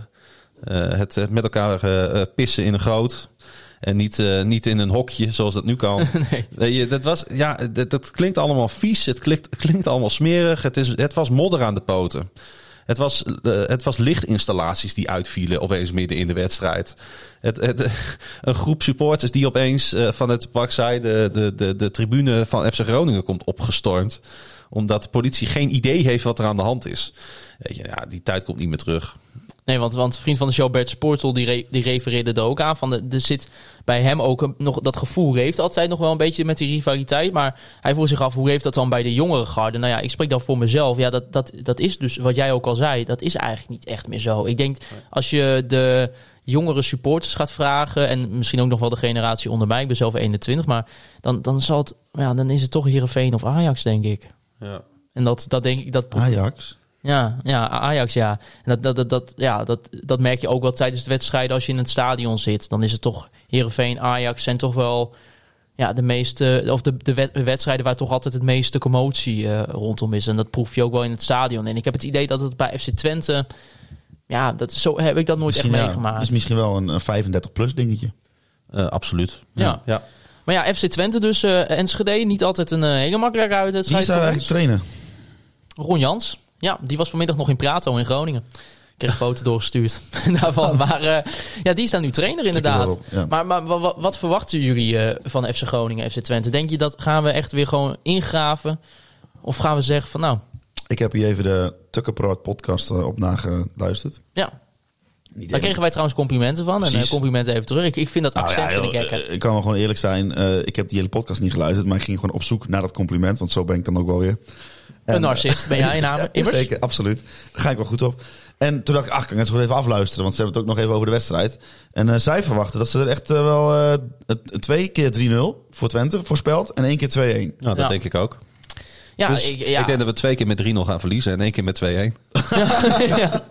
Het met elkaar pissen in een goot. En niet in een hokje, zoals dat nu kan. Nee. Dat klinkt allemaal vies. Het klinkt allemaal smerig. Het was modder aan de poten. Het was lichtinstallaties die uitvielen opeens midden in de wedstrijd. Een groep supporters die opeens vanuit de parkzijde de tribune van FC Groningen komt opgestormd. Omdat de politie geen idee heeft wat er aan de hand is. Weet je, die tijd komt niet meer terug. Nee, want vriend van de show Bert Sportel die refereerde er ook aan. Er zit bij hem ook nog dat gevoel. Heeft altijd nog wel een beetje met die rivaliteit. Maar hij vroeg zich af, hoe heeft dat dan bij de jongere garde? Nou ja, ik spreek dan voor mezelf. Ja, dat is dus wat jij ook al zei. Dat is eigenlijk niet echt meer zo. Ik denk, als je de jongere supporters gaat vragen... en misschien ook nog wel de generatie onder mij. Ik ben zelf 21. Maar dan zal het... Ja, dan is het toch Heerenveen of Ajax, denk ik. Ja. En dat denk ik... Ajax? Ja, Ajax, ja. En dat merk je ook wel tijdens de wedstrijden als je in het stadion zit. Dan is het toch Heerenveen, Ajax zijn toch wel de meeste... Of de wedstrijden waar toch altijd het meeste commotie rondom is. En dat proef je ook wel in het stadion. En ik heb het idee dat het bij FC Twente... Ja, zo heb ik dat nooit misschien, echt meegemaakt. Het is misschien wel een 35-plus dingetje. Absoluut. Ja. Maar ja, FC Twente dus, Enschede, niet altijd een hele makkelijke uitwedstrijd. Wie is daar eigenlijk trainer? Ron Jans. Ja, die was vanmiddag nog in Prato in Groningen. Ik kreeg een foto doorgestuurd daarvan. Maar die is daar nu trainer inderdaad. Ja. Maar wat verwachten jullie van FC Groningen, FC Twente? Denk je dat gaan we echt weer gewoon ingraven? Of gaan we zeggen van nou... Ik heb hier even de Tukkenproot podcast op nageluisterd. Ja. Daar kregen wij trouwens complimenten van. Precies. En complimenten even terug. Ik vind dat accent vind ik lekker. Ik kan wel gewoon eerlijk zijn. Ik heb die hele podcast niet geluisterd. Maar ik ging gewoon op zoek naar dat compliment. Want zo ben ik dan ook wel weer. Een narcist ben jij immers? Zeker, absoluut. Daar ga ik wel goed op. En toen dacht ik, kan ik het gewoon even afluisteren. Want ze hebben het ook nog even over de wedstrijd. En zij verwachten dat ze er echt wel 2 keer 3-0 voor Twente voorspelt. En 1 keer 2-1. Nou, dat denk ik ook. Ja, dus ik denk dat we 2 keer met 3-0 gaan verliezen en 1 keer met 2-1. Ja.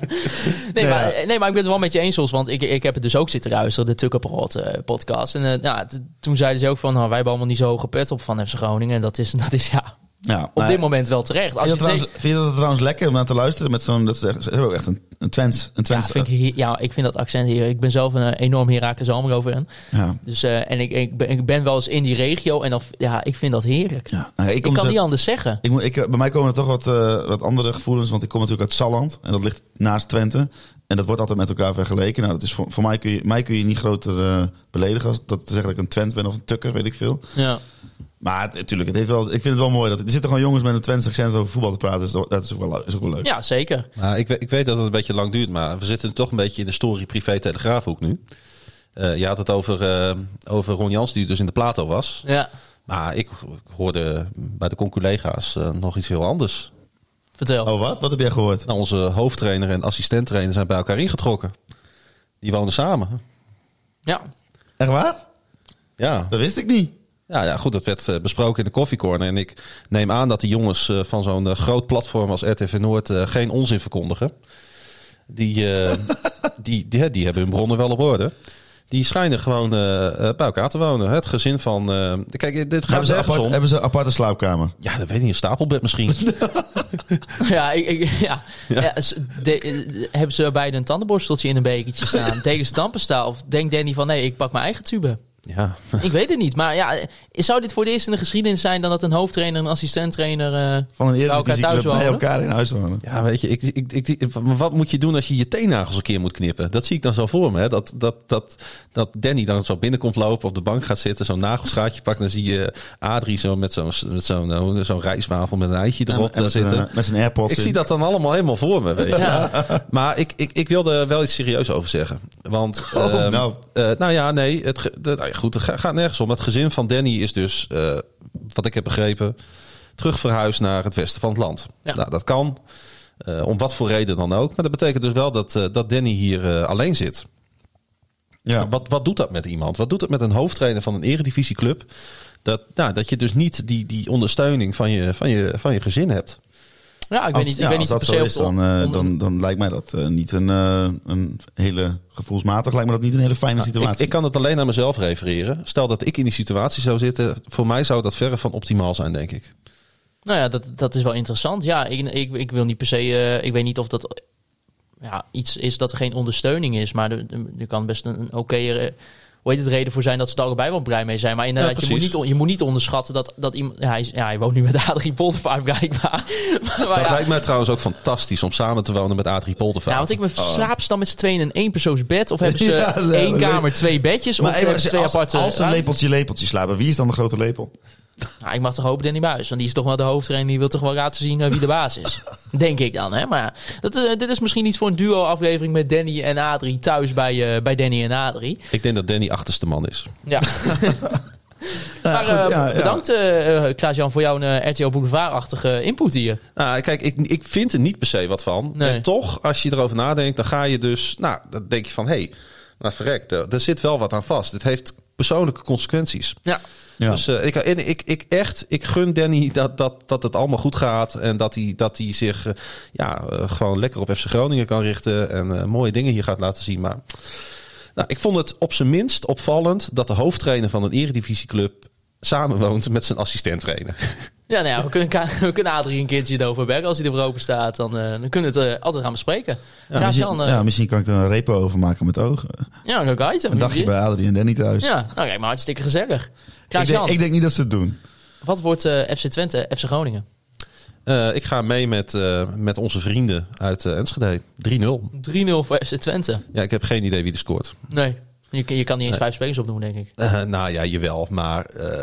Nee, maar ik ben het wel met je eens, Jos. Want ik heb het dus ook zitten luisteren, de Tukkenprot podcast. En toen zeiden ze ook van, wij hebben allemaal niet zo hoge pet op van FC Groningen. En dat is op dit moment wel terecht. Vind je dat trouwens lekker om naar te luisteren? Met zo'n, ze hebben ook echt een Twents. Ik vind dat accent hier. Ik ben zelf een enorm Heracles Almelo fan. Ja. Dus, en ik ben wel eens in die regio. En ik vind dat heerlijk. Ja. Ik kan niet anders zeggen. Bij mij komen er toch wat andere gevoelens. Want ik kom natuurlijk uit Salland. En dat ligt naast Twente. En dat wordt altijd met elkaar vergeleken. Nou, dat is voor mij kun je niet groter beledigen als dat te zeggen dat ik een Twent ben of een Tukker, weet ik veel. Ja. Maar natuurlijk, ik vind het wel mooi. Er zitten gewoon jongens met een Twents accent over voetbal te praten. Dus dat is ook wel leuk. Ja, zeker. Nou, ik weet dat het een beetje lang duurt. Maar we zitten toch een beetje in de story-privé-telegraafhoek nu. Je had het over Ron Jans, die dus in de Plato was. Ja. Maar ik hoorde bij de conculega's nog iets heel anders. Vertel. Oh, wat? Wat heb jij gehoord? Nou, onze hoofdtrainer en assistenttrainer zijn bij elkaar ingetrokken. Die woonden samen. Ja. Echt waar? Ja. Dat wist ik niet. Ja, goed, dat werd besproken in de koffiecorner. En ik neem aan dat die jongens van zo'n groot platform als RTV Noord geen onzin verkondigen. Die hebben hun bronnen wel op orde. Die schijnen gewoon bij elkaar te wonen. Het gezin van... kijk, dit gaat ergens om. Hebben ze een aparte slaapkamer? Ja, dat weet ik niet. Een stapelbed misschien. Hebben ze beide een tandenborsteltje in een bekertje staan? Tegen ze tandpasta? Of denkt Danny van nee, ik pak mijn eigen tube? Ja. Ik weet het niet. Maar zou dit voor het eerst in de geschiedenis zijn dan dat een hoofdtrainer en een assistenttrainer van een Eredivisie bij elkaar in huis wonen? Ja, weet je, wat moet je doen als je je teennagels een keer moet knippen? Dat zie ik dan zo voor me. Hè? Dat Danny dan zo binnenkomt lopen, op de bank gaat zitten, zo'n nagelschaartje pakt. Dan zie je Adrie zo met zo'n rijstwafel met een eitje erop daar zitten. Met zijn AirPods. Ik zie dat dan allemaal helemaal voor me. Weet je. Ja. Maar ik wil er wel iets serieus over zeggen. Want, goed, het gaat nergens om. Het gezin van Danny is dus, wat ik heb begrepen, terug verhuisd naar het westen van het land. Ja. Nou, dat kan, om wat voor reden dan ook. Maar dat betekent dus wel dat Danny hier alleen zit. Ja. Wat doet dat met iemand? Wat doet het met een hoofdtrainer van een eredivisieclub? Dat je dus niet die ondersteuning van je gezin hebt. Ja, ik weet niet als dat zo is, dan lijkt mij dat niet een hele gevoelsmatig, lijkt me dat niet een hele fijne situatie. Ik kan het alleen naar mezelf refereren. Stel dat ik in die situatie zou zitten, voor mij zou dat verre van optimaal zijn, denk ik. Nou ja, dat is wel interessant. Ja, ik wil niet per se, ik weet niet of dat iets is dat er geen ondersteuning is, maar er kan best een oké reden voor zijn dat ze er allebei wel blij mee zijn. Maar inderdaad, je moet niet onderschatten dat iemand... hij woont nu met Adrie Poldervaart blijkbaar. Dat lijkt mij trouwens ook fantastisch om samen te wonen met Adrie Poldervaart. Nou, want slapen ze dan met z'n tweeën in een eenpersoonsbed? Of hebben ze één kamer, 2 bedjes? Of hebben ze 2 aparte... Als ze lepeltje slapen, wie is dan de grote lepel? Nou, ik mag toch hopen Danny Buis. Want die is toch wel de hoofdtrainer. Die wil toch wel laten zien wie de baas is. Denk ik dan. Hè? Maar dit is misschien iets voor een duo-aflevering met Danny en Adrie thuis bij Danny en Adrie. Ik denk dat Danny achterste man is. Ja. Maar bedankt Klaas-Jan voor jouw RTL Boulevard-achtige input hier. Nou, kijk, ik vind er niet per se wat van. Nee. En toch, als je erover nadenkt, dan ga je dus... Nou, dan denk je van, hé, maar verrek, er zit wel wat aan vast. Het heeft persoonlijke consequenties. Ja. Ja. Dus ik gun Danny dat het allemaal goed gaat. En dat hij zich gewoon lekker op FC Groningen kan richten. En mooie dingen hier gaat laten zien. Maar nou, ik vond het op zijn minst opvallend dat de hoofdtrainer van een eredivisieclub samenwoont met zijn assistent-trainer. Ja, nou ja, we kunnen Adrie een keertje erover bergen. Als hij ervoor open staat, dan kunnen we het altijd gaan bespreken. Misschien kan ik er een repo over maken met ogen. Ja, een leuk item. Een dagje bij Adrie en Danny thuis. Ja, oké, maar hartstikke gezellig. Ik denk niet dat ze het doen. Wat wordt FC Twente, FC Groningen? Ik ga mee met onze vrienden uit Enschede. 3-0. 3-0 voor FC Twente. Ja, ik heb geen idee wie er scoort. Nee, je kan niet eens 5 spelers opnoemen, denk ik. Nou ja, jawel. Maar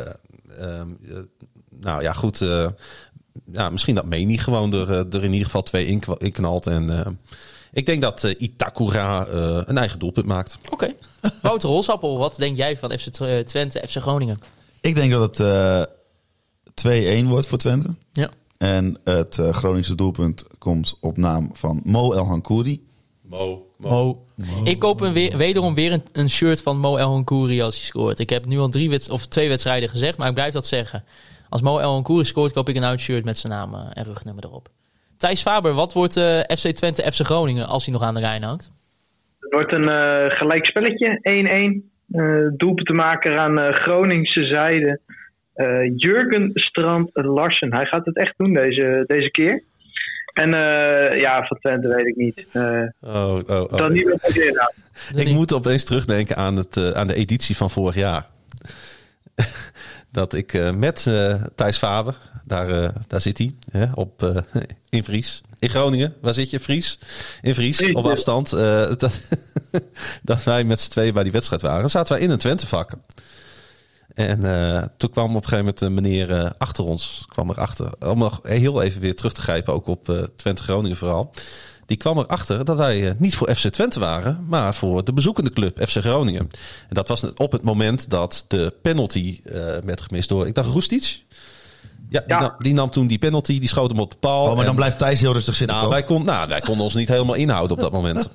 nou ja, goed. Misschien dat Meni gewoon er in ieder geval 2 in knalt. En ik denk dat Itakura een eigen doelpunt maakt. Oké. Wouter Holsappel, wat denk jij van FC Twente, FC Groningen? Ik denk dat het 2-1 wordt voor Twente. Ja. En het Groningse doelpunt komt op naam van Mo El Hankouri. Mo. Ik koop wederom weer een shirt van Mo El Hankouri als hij scoort. Ik heb nu al 2 wedstrijden gezegd, maar ik blijf dat zeggen. Als Mo El Hankouri scoort, koop ik een oud shirt met zijn naam en rugnummer erop. Thijs Faber, wat wordt FC Twente, FC Groningen als hij nog aan de lijn hangt? Het wordt een gelijk spelletje, 1-1. Doelpunt te maken aan Groningse zijde. Jurgen Strand Larsen. Hij gaat het echt doen deze keer. En van Twente weet ik niet. Dan niet meer proberen. Ik moet opeens terugdenken aan de editie van vorig jaar. Dat ik met Thijs Faber, daar zit hij, in Vries. In Groningen, waar zit je? Vries? In Vries, op afstand. Dat wij met z'n tweeën bij die wedstrijd waren. Zaten wij in een Twente-vak. En toen kwam op een gegeven moment een meneer achter ons, kwam erachter. Om nog heel even weer terug te grijpen, ook op Twente Groningen vooral. Die kwam erachter dat wij niet voor FC Twente waren, maar voor de bezoekende club FC Groningen. En dat was op het moment dat de penalty werd gemist door, ik dacht, Roestic. Ja, die nam toen die penalty, die schoot hem op de paal. Oh, maar dan blijft Thijs heel rustig zitten, toch? Wij konden ons niet helemaal inhouden op dat moment.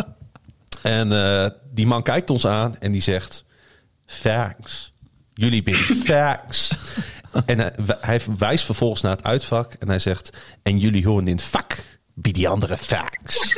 En die man kijkt ons aan en die zegt, thanks. Jullie binnen facts. En hij wijst vervolgens naar het uitvak en hij zegt, en jullie horen in het vak bij die andere facts.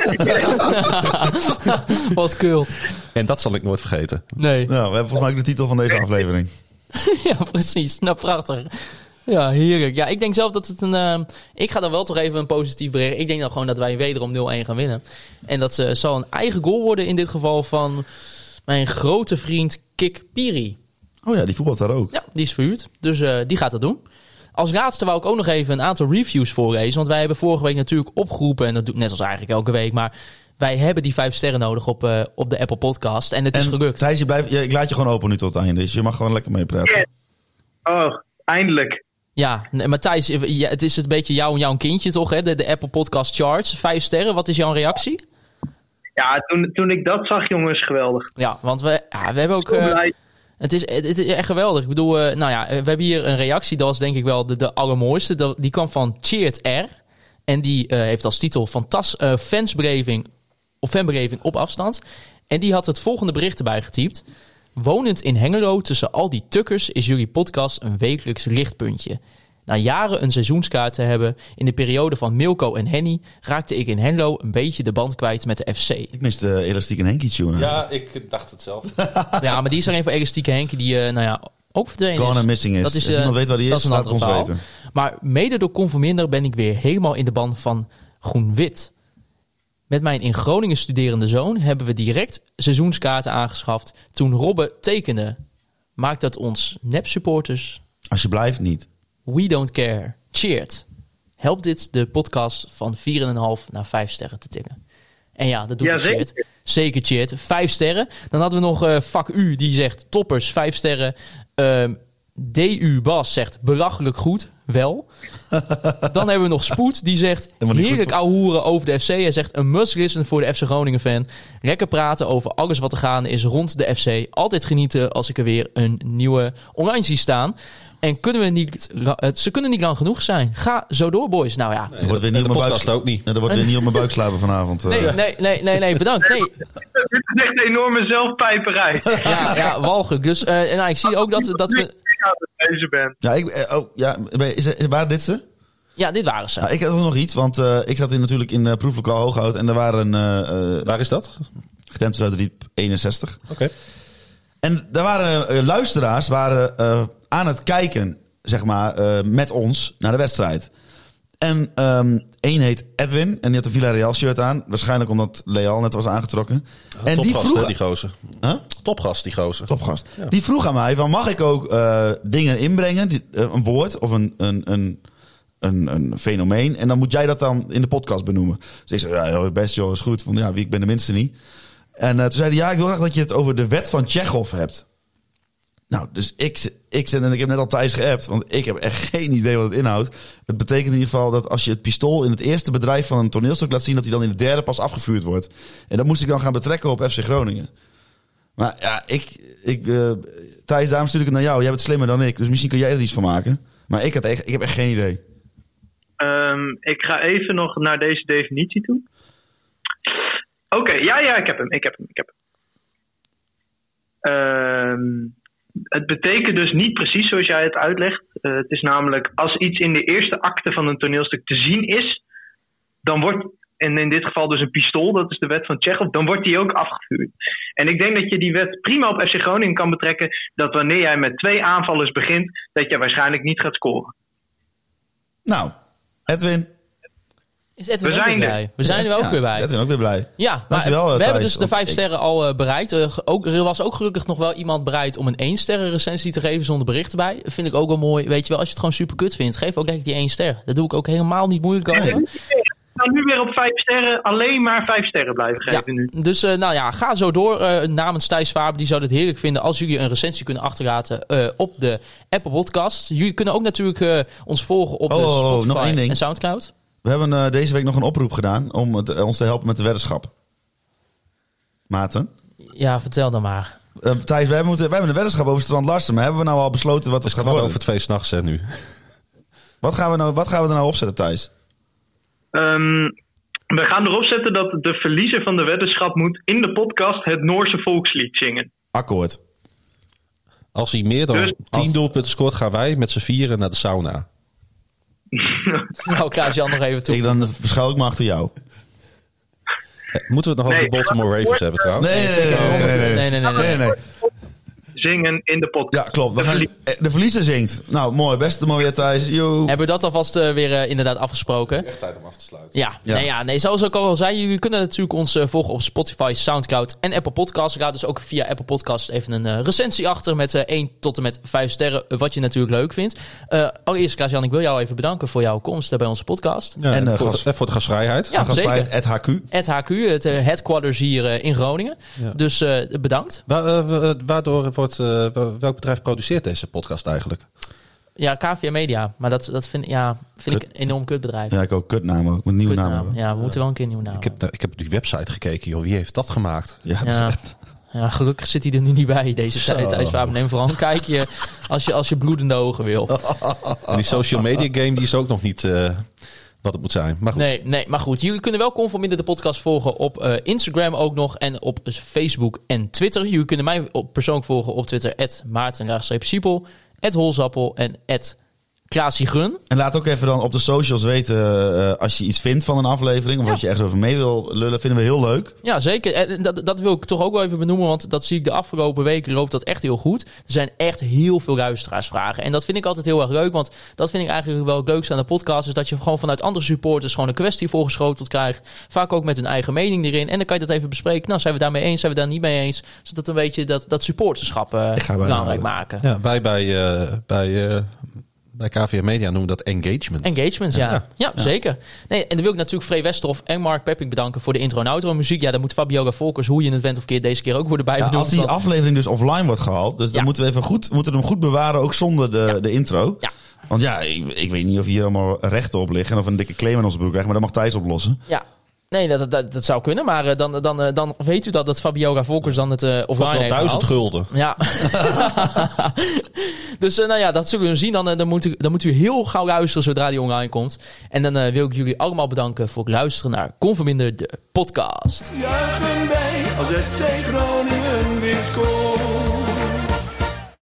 Wat kult. En dat zal ik nooit vergeten. Nee. Nou, we hebben volgens mij ook de titel van deze aflevering. Ja, precies. Nou, prachtig. Ja, heerlijk. Ja, ik denk zelf dat het ik ga dan wel toch even een positief bericht. Ik denk dan gewoon dat wij wederom 0-1 gaan winnen. En dat zal een eigen goal worden in dit geval van mijn grote vriend Kik Piri. Oh ja, die voetbalt daar ook. Ja, die is verhuurd. Dus die gaat dat doen. Als laatste wou ik ook nog even een aantal reviews voorlezen. Want wij hebben vorige week natuurlijk opgeroepen. En dat doe ik net als eigenlijk elke week. Maar wij hebben die 5 sterren nodig op de Apple Podcast. En het is gelukt. Thijs, ik laat je gewoon open nu tot het einde. Dus je mag gewoon lekker meepraten. Oh, eindelijk. Ja, maar Thijs, het is een beetje jouw kindje toch? Hè? De Apple Podcast Charts. 5 sterren. Wat is jouw reactie? Ja, toen ik dat zag, jongens, geweldig. Ja, want we hebben ook... Het is echt geweldig. Ik bedoel, we hebben hier een reactie. Dat was denk ik wel de allermooiste. Die kwam van Cheert R. En die heeft als titel fanbeleving op afstand. En die had het volgende bericht erbij getypt. Wonend in Hengelo tussen al die tukkers is jullie podcast een wekelijks lichtpuntje. Na jaren een seizoenskaart te hebben, in de periode van Milko en Henny, raakte ik in Hengelo een beetje de band kwijt met de FC. Ik mis de Elastiek en Henkie tune. Ja, ik dacht het zelf. Ja, maar die is er een van Elastieke Henkie die ook verdwenen is. Gone and missing is. Dat is als iemand weet waar die is, laat het ons weten. Maar mede door Conforminder ben ik weer helemaal in de band van groen-wit. Met mijn in Groningen studerende zoon hebben we direct seizoenskaarten aangeschaft toen Robbe tekende. Maakt dat ons nep-supporters? Alsjeblieft niet. We don't care. Cheered. Helpt dit de podcast van 4,5 naar 5 sterren te tillen? En ja, dat doet het Cheered. Zeker Cheered. 5 sterren. Dan hadden we nog Vak U die zegt toppers, 5 sterren. DU Bas zegt belachelijk goed, wel. Dan hebben we nog Spoed, die zegt heerlijk ouwehoeren over de FC. Hij zegt een must listen voor de FC Groningen fan. Lekker praten over alles wat er gaande is rond de FC. Altijd genieten als ik er weer een nieuwe online zie staan. En ze kunnen niet lang genoeg zijn. Ga zo door, boys. Nou ja. Er wordt weer niet op mijn buik ook niet. Er wordt weer niet op mijn buik slapen vanavond. Nee, bedankt. Nee. Dit is echt een enorme zelfpijperij. Ja, walgelijk. Dus ik zie ook dat we... Ik aan het lezen ben. Waren dit ze? Ja, dit waren ze. Nou, ik had ook nog iets, want ik zat natuurlijk in proeflokaal Hooghout en er waren... Waar is dat? Gedempte Zuiderdiep 61. Oké. En daar waren luisteraars aan het kijken, zeg maar, met ons naar de wedstrijd. En één heet Edwin en die had een Villarreal shirt aan. Waarschijnlijk omdat Leal net was aangetrokken. En Topgast, die vroeg... die gozer. Huh? Topgast, die gozer. Topgast. Ja. Die vroeg aan mij van, mag ik ook dingen inbrengen? Een woord of een fenomeen. En dan moet jij dat dan in de podcast benoemen. Dus ik zei, ja, best joh, is goed. Want ja, ik ben de minste niet. En toen zei hij, ja, ik wil graag dat je het over de wet van Tsjechov hebt. Nou, dus ik zei, en ik heb net al Thijs geappt, want ik heb echt geen idee wat het inhoudt. Het betekent in ieder geval dat als je het pistool in het eerste bedrijf van een toneelstuk laat zien, dat hij dan in het derde pas afgevuurd wordt. En dat moest ik dan gaan betrekken op FC Groningen. Maar ja, Thijs, daarom stuur ik het naar jou. Jij bent slimmer dan ik, dus misschien kun jij er iets van maken. Maar ik heb echt geen idee. Ik ga even nog naar deze definitie toe. Oké, ja, ik heb hem. Het betekent dus niet precies zoals jij het uitlegt. Het is namelijk, als iets in de eerste acte van een toneelstuk te zien is, dan wordt, en in dit geval dus een pistool, dat is de wet van Tsjechov, dan wordt die ook afgevuurd. En ik denk dat je die wet prima op FC Groningen kan betrekken, dat wanneer jij met 2 aanvallers begint, dat je waarschijnlijk niet gaat scoren. Nou, Edwin. Is Edwin ook weer blij? We zijn er ook weer bij. Edwin ook weer blij. Ja, maar we hebben dus de 5 sterren al bereikt. Er was ook gelukkig nog wel iemand bereid om een 1 sterren recensie te geven zonder bericht erbij. Dat vind ik ook wel mooi. Weet je wel, als je het gewoon super kut vindt, geef ook direct die 1 ster. Dat doe ik ook helemaal niet moeilijk over. Ik ga nu weer op 5 sterren, alleen maar 5 sterren blijven geven nu. Dus ga zo door. Namens Thijs Faber, die zou het heerlijk vinden als jullie een recensie kunnen achterlaten op de Apple Podcast. Jullie kunnen ook natuurlijk ons volgen op de Spotify nog één ding. en Soundcloud. We hebben deze week nog een oproep gedaan om ons te helpen met de weddenschap. Maarten? Ja, vertel dan maar. Thijs, wij hebben een weddenschap over Strand Larsen. Maar hebben we nou al besloten wat het gaat worden? Over 2 s'nachts nu. Wat gaan we er nou opzetten, Thijs? We gaan erop zetten dat de verliezer van de weddenschap moet in de podcast het Noorse volkslied zingen. Akkoord. Als hij meer dan 10 doelpunten scoort, gaan wij met z'n 4 naar de sauna. Nou, Klaas-Jan nog even toe. Dan verschuil ik me achter jou. Moeten we het nog over de Baltimore Ravens hebben trouwens? Nee. Zingen in de podcast. Ja, klopt. De verliezer zingt. Nou, mooi. Beste mooie Thijs. Yo. Hebben we dat alvast weer inderdaad afgesproken? Echt tijd om af te sluiten. Ja. Zoals ik al zei, jullie kunnen natuurlijk ons volgen op Spotify, Soundcloud en Apple Podcasts. Ga dus ook via Apple Podcasts even een recensie achter met 1 tot en met 5 sterren, wat je natuurlijk leuk vindt. Allereerst, Klaas-Jan, ik wil jou even bedanken voor jouw komst bij onze podcast. Ja, en voor de gastvrijheid. Ja, gastvrijheid, zeker. @HQ, het headquarters hier in Groningen. Ja. Dus bedankt. Waardoor wordt welk bedrijf produceert deze podcast eigenlijk? Ja, KVM Media. Maar dat vind ik een enorm kutbedrijf. Ja, ik ook. Kutnaam ook. Met een nieuwe naam hebben. Ja, we moeten wel een keer een nieuwe naam Ik heb op die website gekeken, joh. Wie heeft dat gemaakt? Ja, dat is echt... Ja, gelukkig zit hij er nu niet bij deze tijd. Neem vooral een kijkje als je bloedende ogen wil. En die social media game die is ook nog niet wat het moet zijn. Maar goed. Nee, maar goed. Jullie kunnen wel conforminder de podcast volgen op Instagram ook nog. En op Facebook en Twitter. Jullie kunnen mij persoonlijk volgen op Twitter. @Maarten_Siepel, @Holzappel en @Klaasiegrun. En laat ook even dan op de socials weten als je iets vindt van een aflevering. Of als je ergens over mee wil lullen. Vinden we heel leuk. Ja, zeker. En dat wil ik toch ook wel even benoemen. Want dat zie ik de afgelopen weken loopt dat echt heel goed. Er zijn echt heel veel luisteraarsvragen. En dat vind ik altijd heel erg leuk. Want dat vind ik eigenlijk wel het leukste aan de podcast. Is dat je gewoon vanuit andere supporters gewoon een kwestie voorgeschoteld krijgt. Vaak ook met hun eigen mening erin. En dan kan je dat even bespreken. Nou, zijn we daarmee eens? Zijn we daar niet mee eens? Zodat een beetje dat supporterschap belangrijk maken. Ja, wij bij Bij KVM Media noemen we dat engagement. Engagement, ja, zeker. Nee, en dan wil ik natuurlijk Free Westerhof en Mark Pepping bedanken voor de intro en outro muziek. Ja, daar moet Fabiola Volkers, hoe je het went of keer, deze keer ook worden bijbenoemd. Als die aflevering dus offline wordt gehaald, dus dan moeten we moeten hem goed bewaren, ook zonder de intro. Ja. Want ja, ik weet niet of hier allemaal rechten op liggen en of we een dikke claim in onze broek krijgen, maar dat mag Thijs oplossen. Ja. Nee, dat zou kunnen. Maar dan weet u dat Fabiola Volkers dan het offline heeft gehaald. 1000 gulden. Ja. Dus dat zullen we zien. Dan moet u heel gauw luisteren zodra die online komt. En dan wil ik jullie allemaal bedanken voor het luisteren naar Conforminder, de podcast. Juichen wij als FC Groningen weer scoort.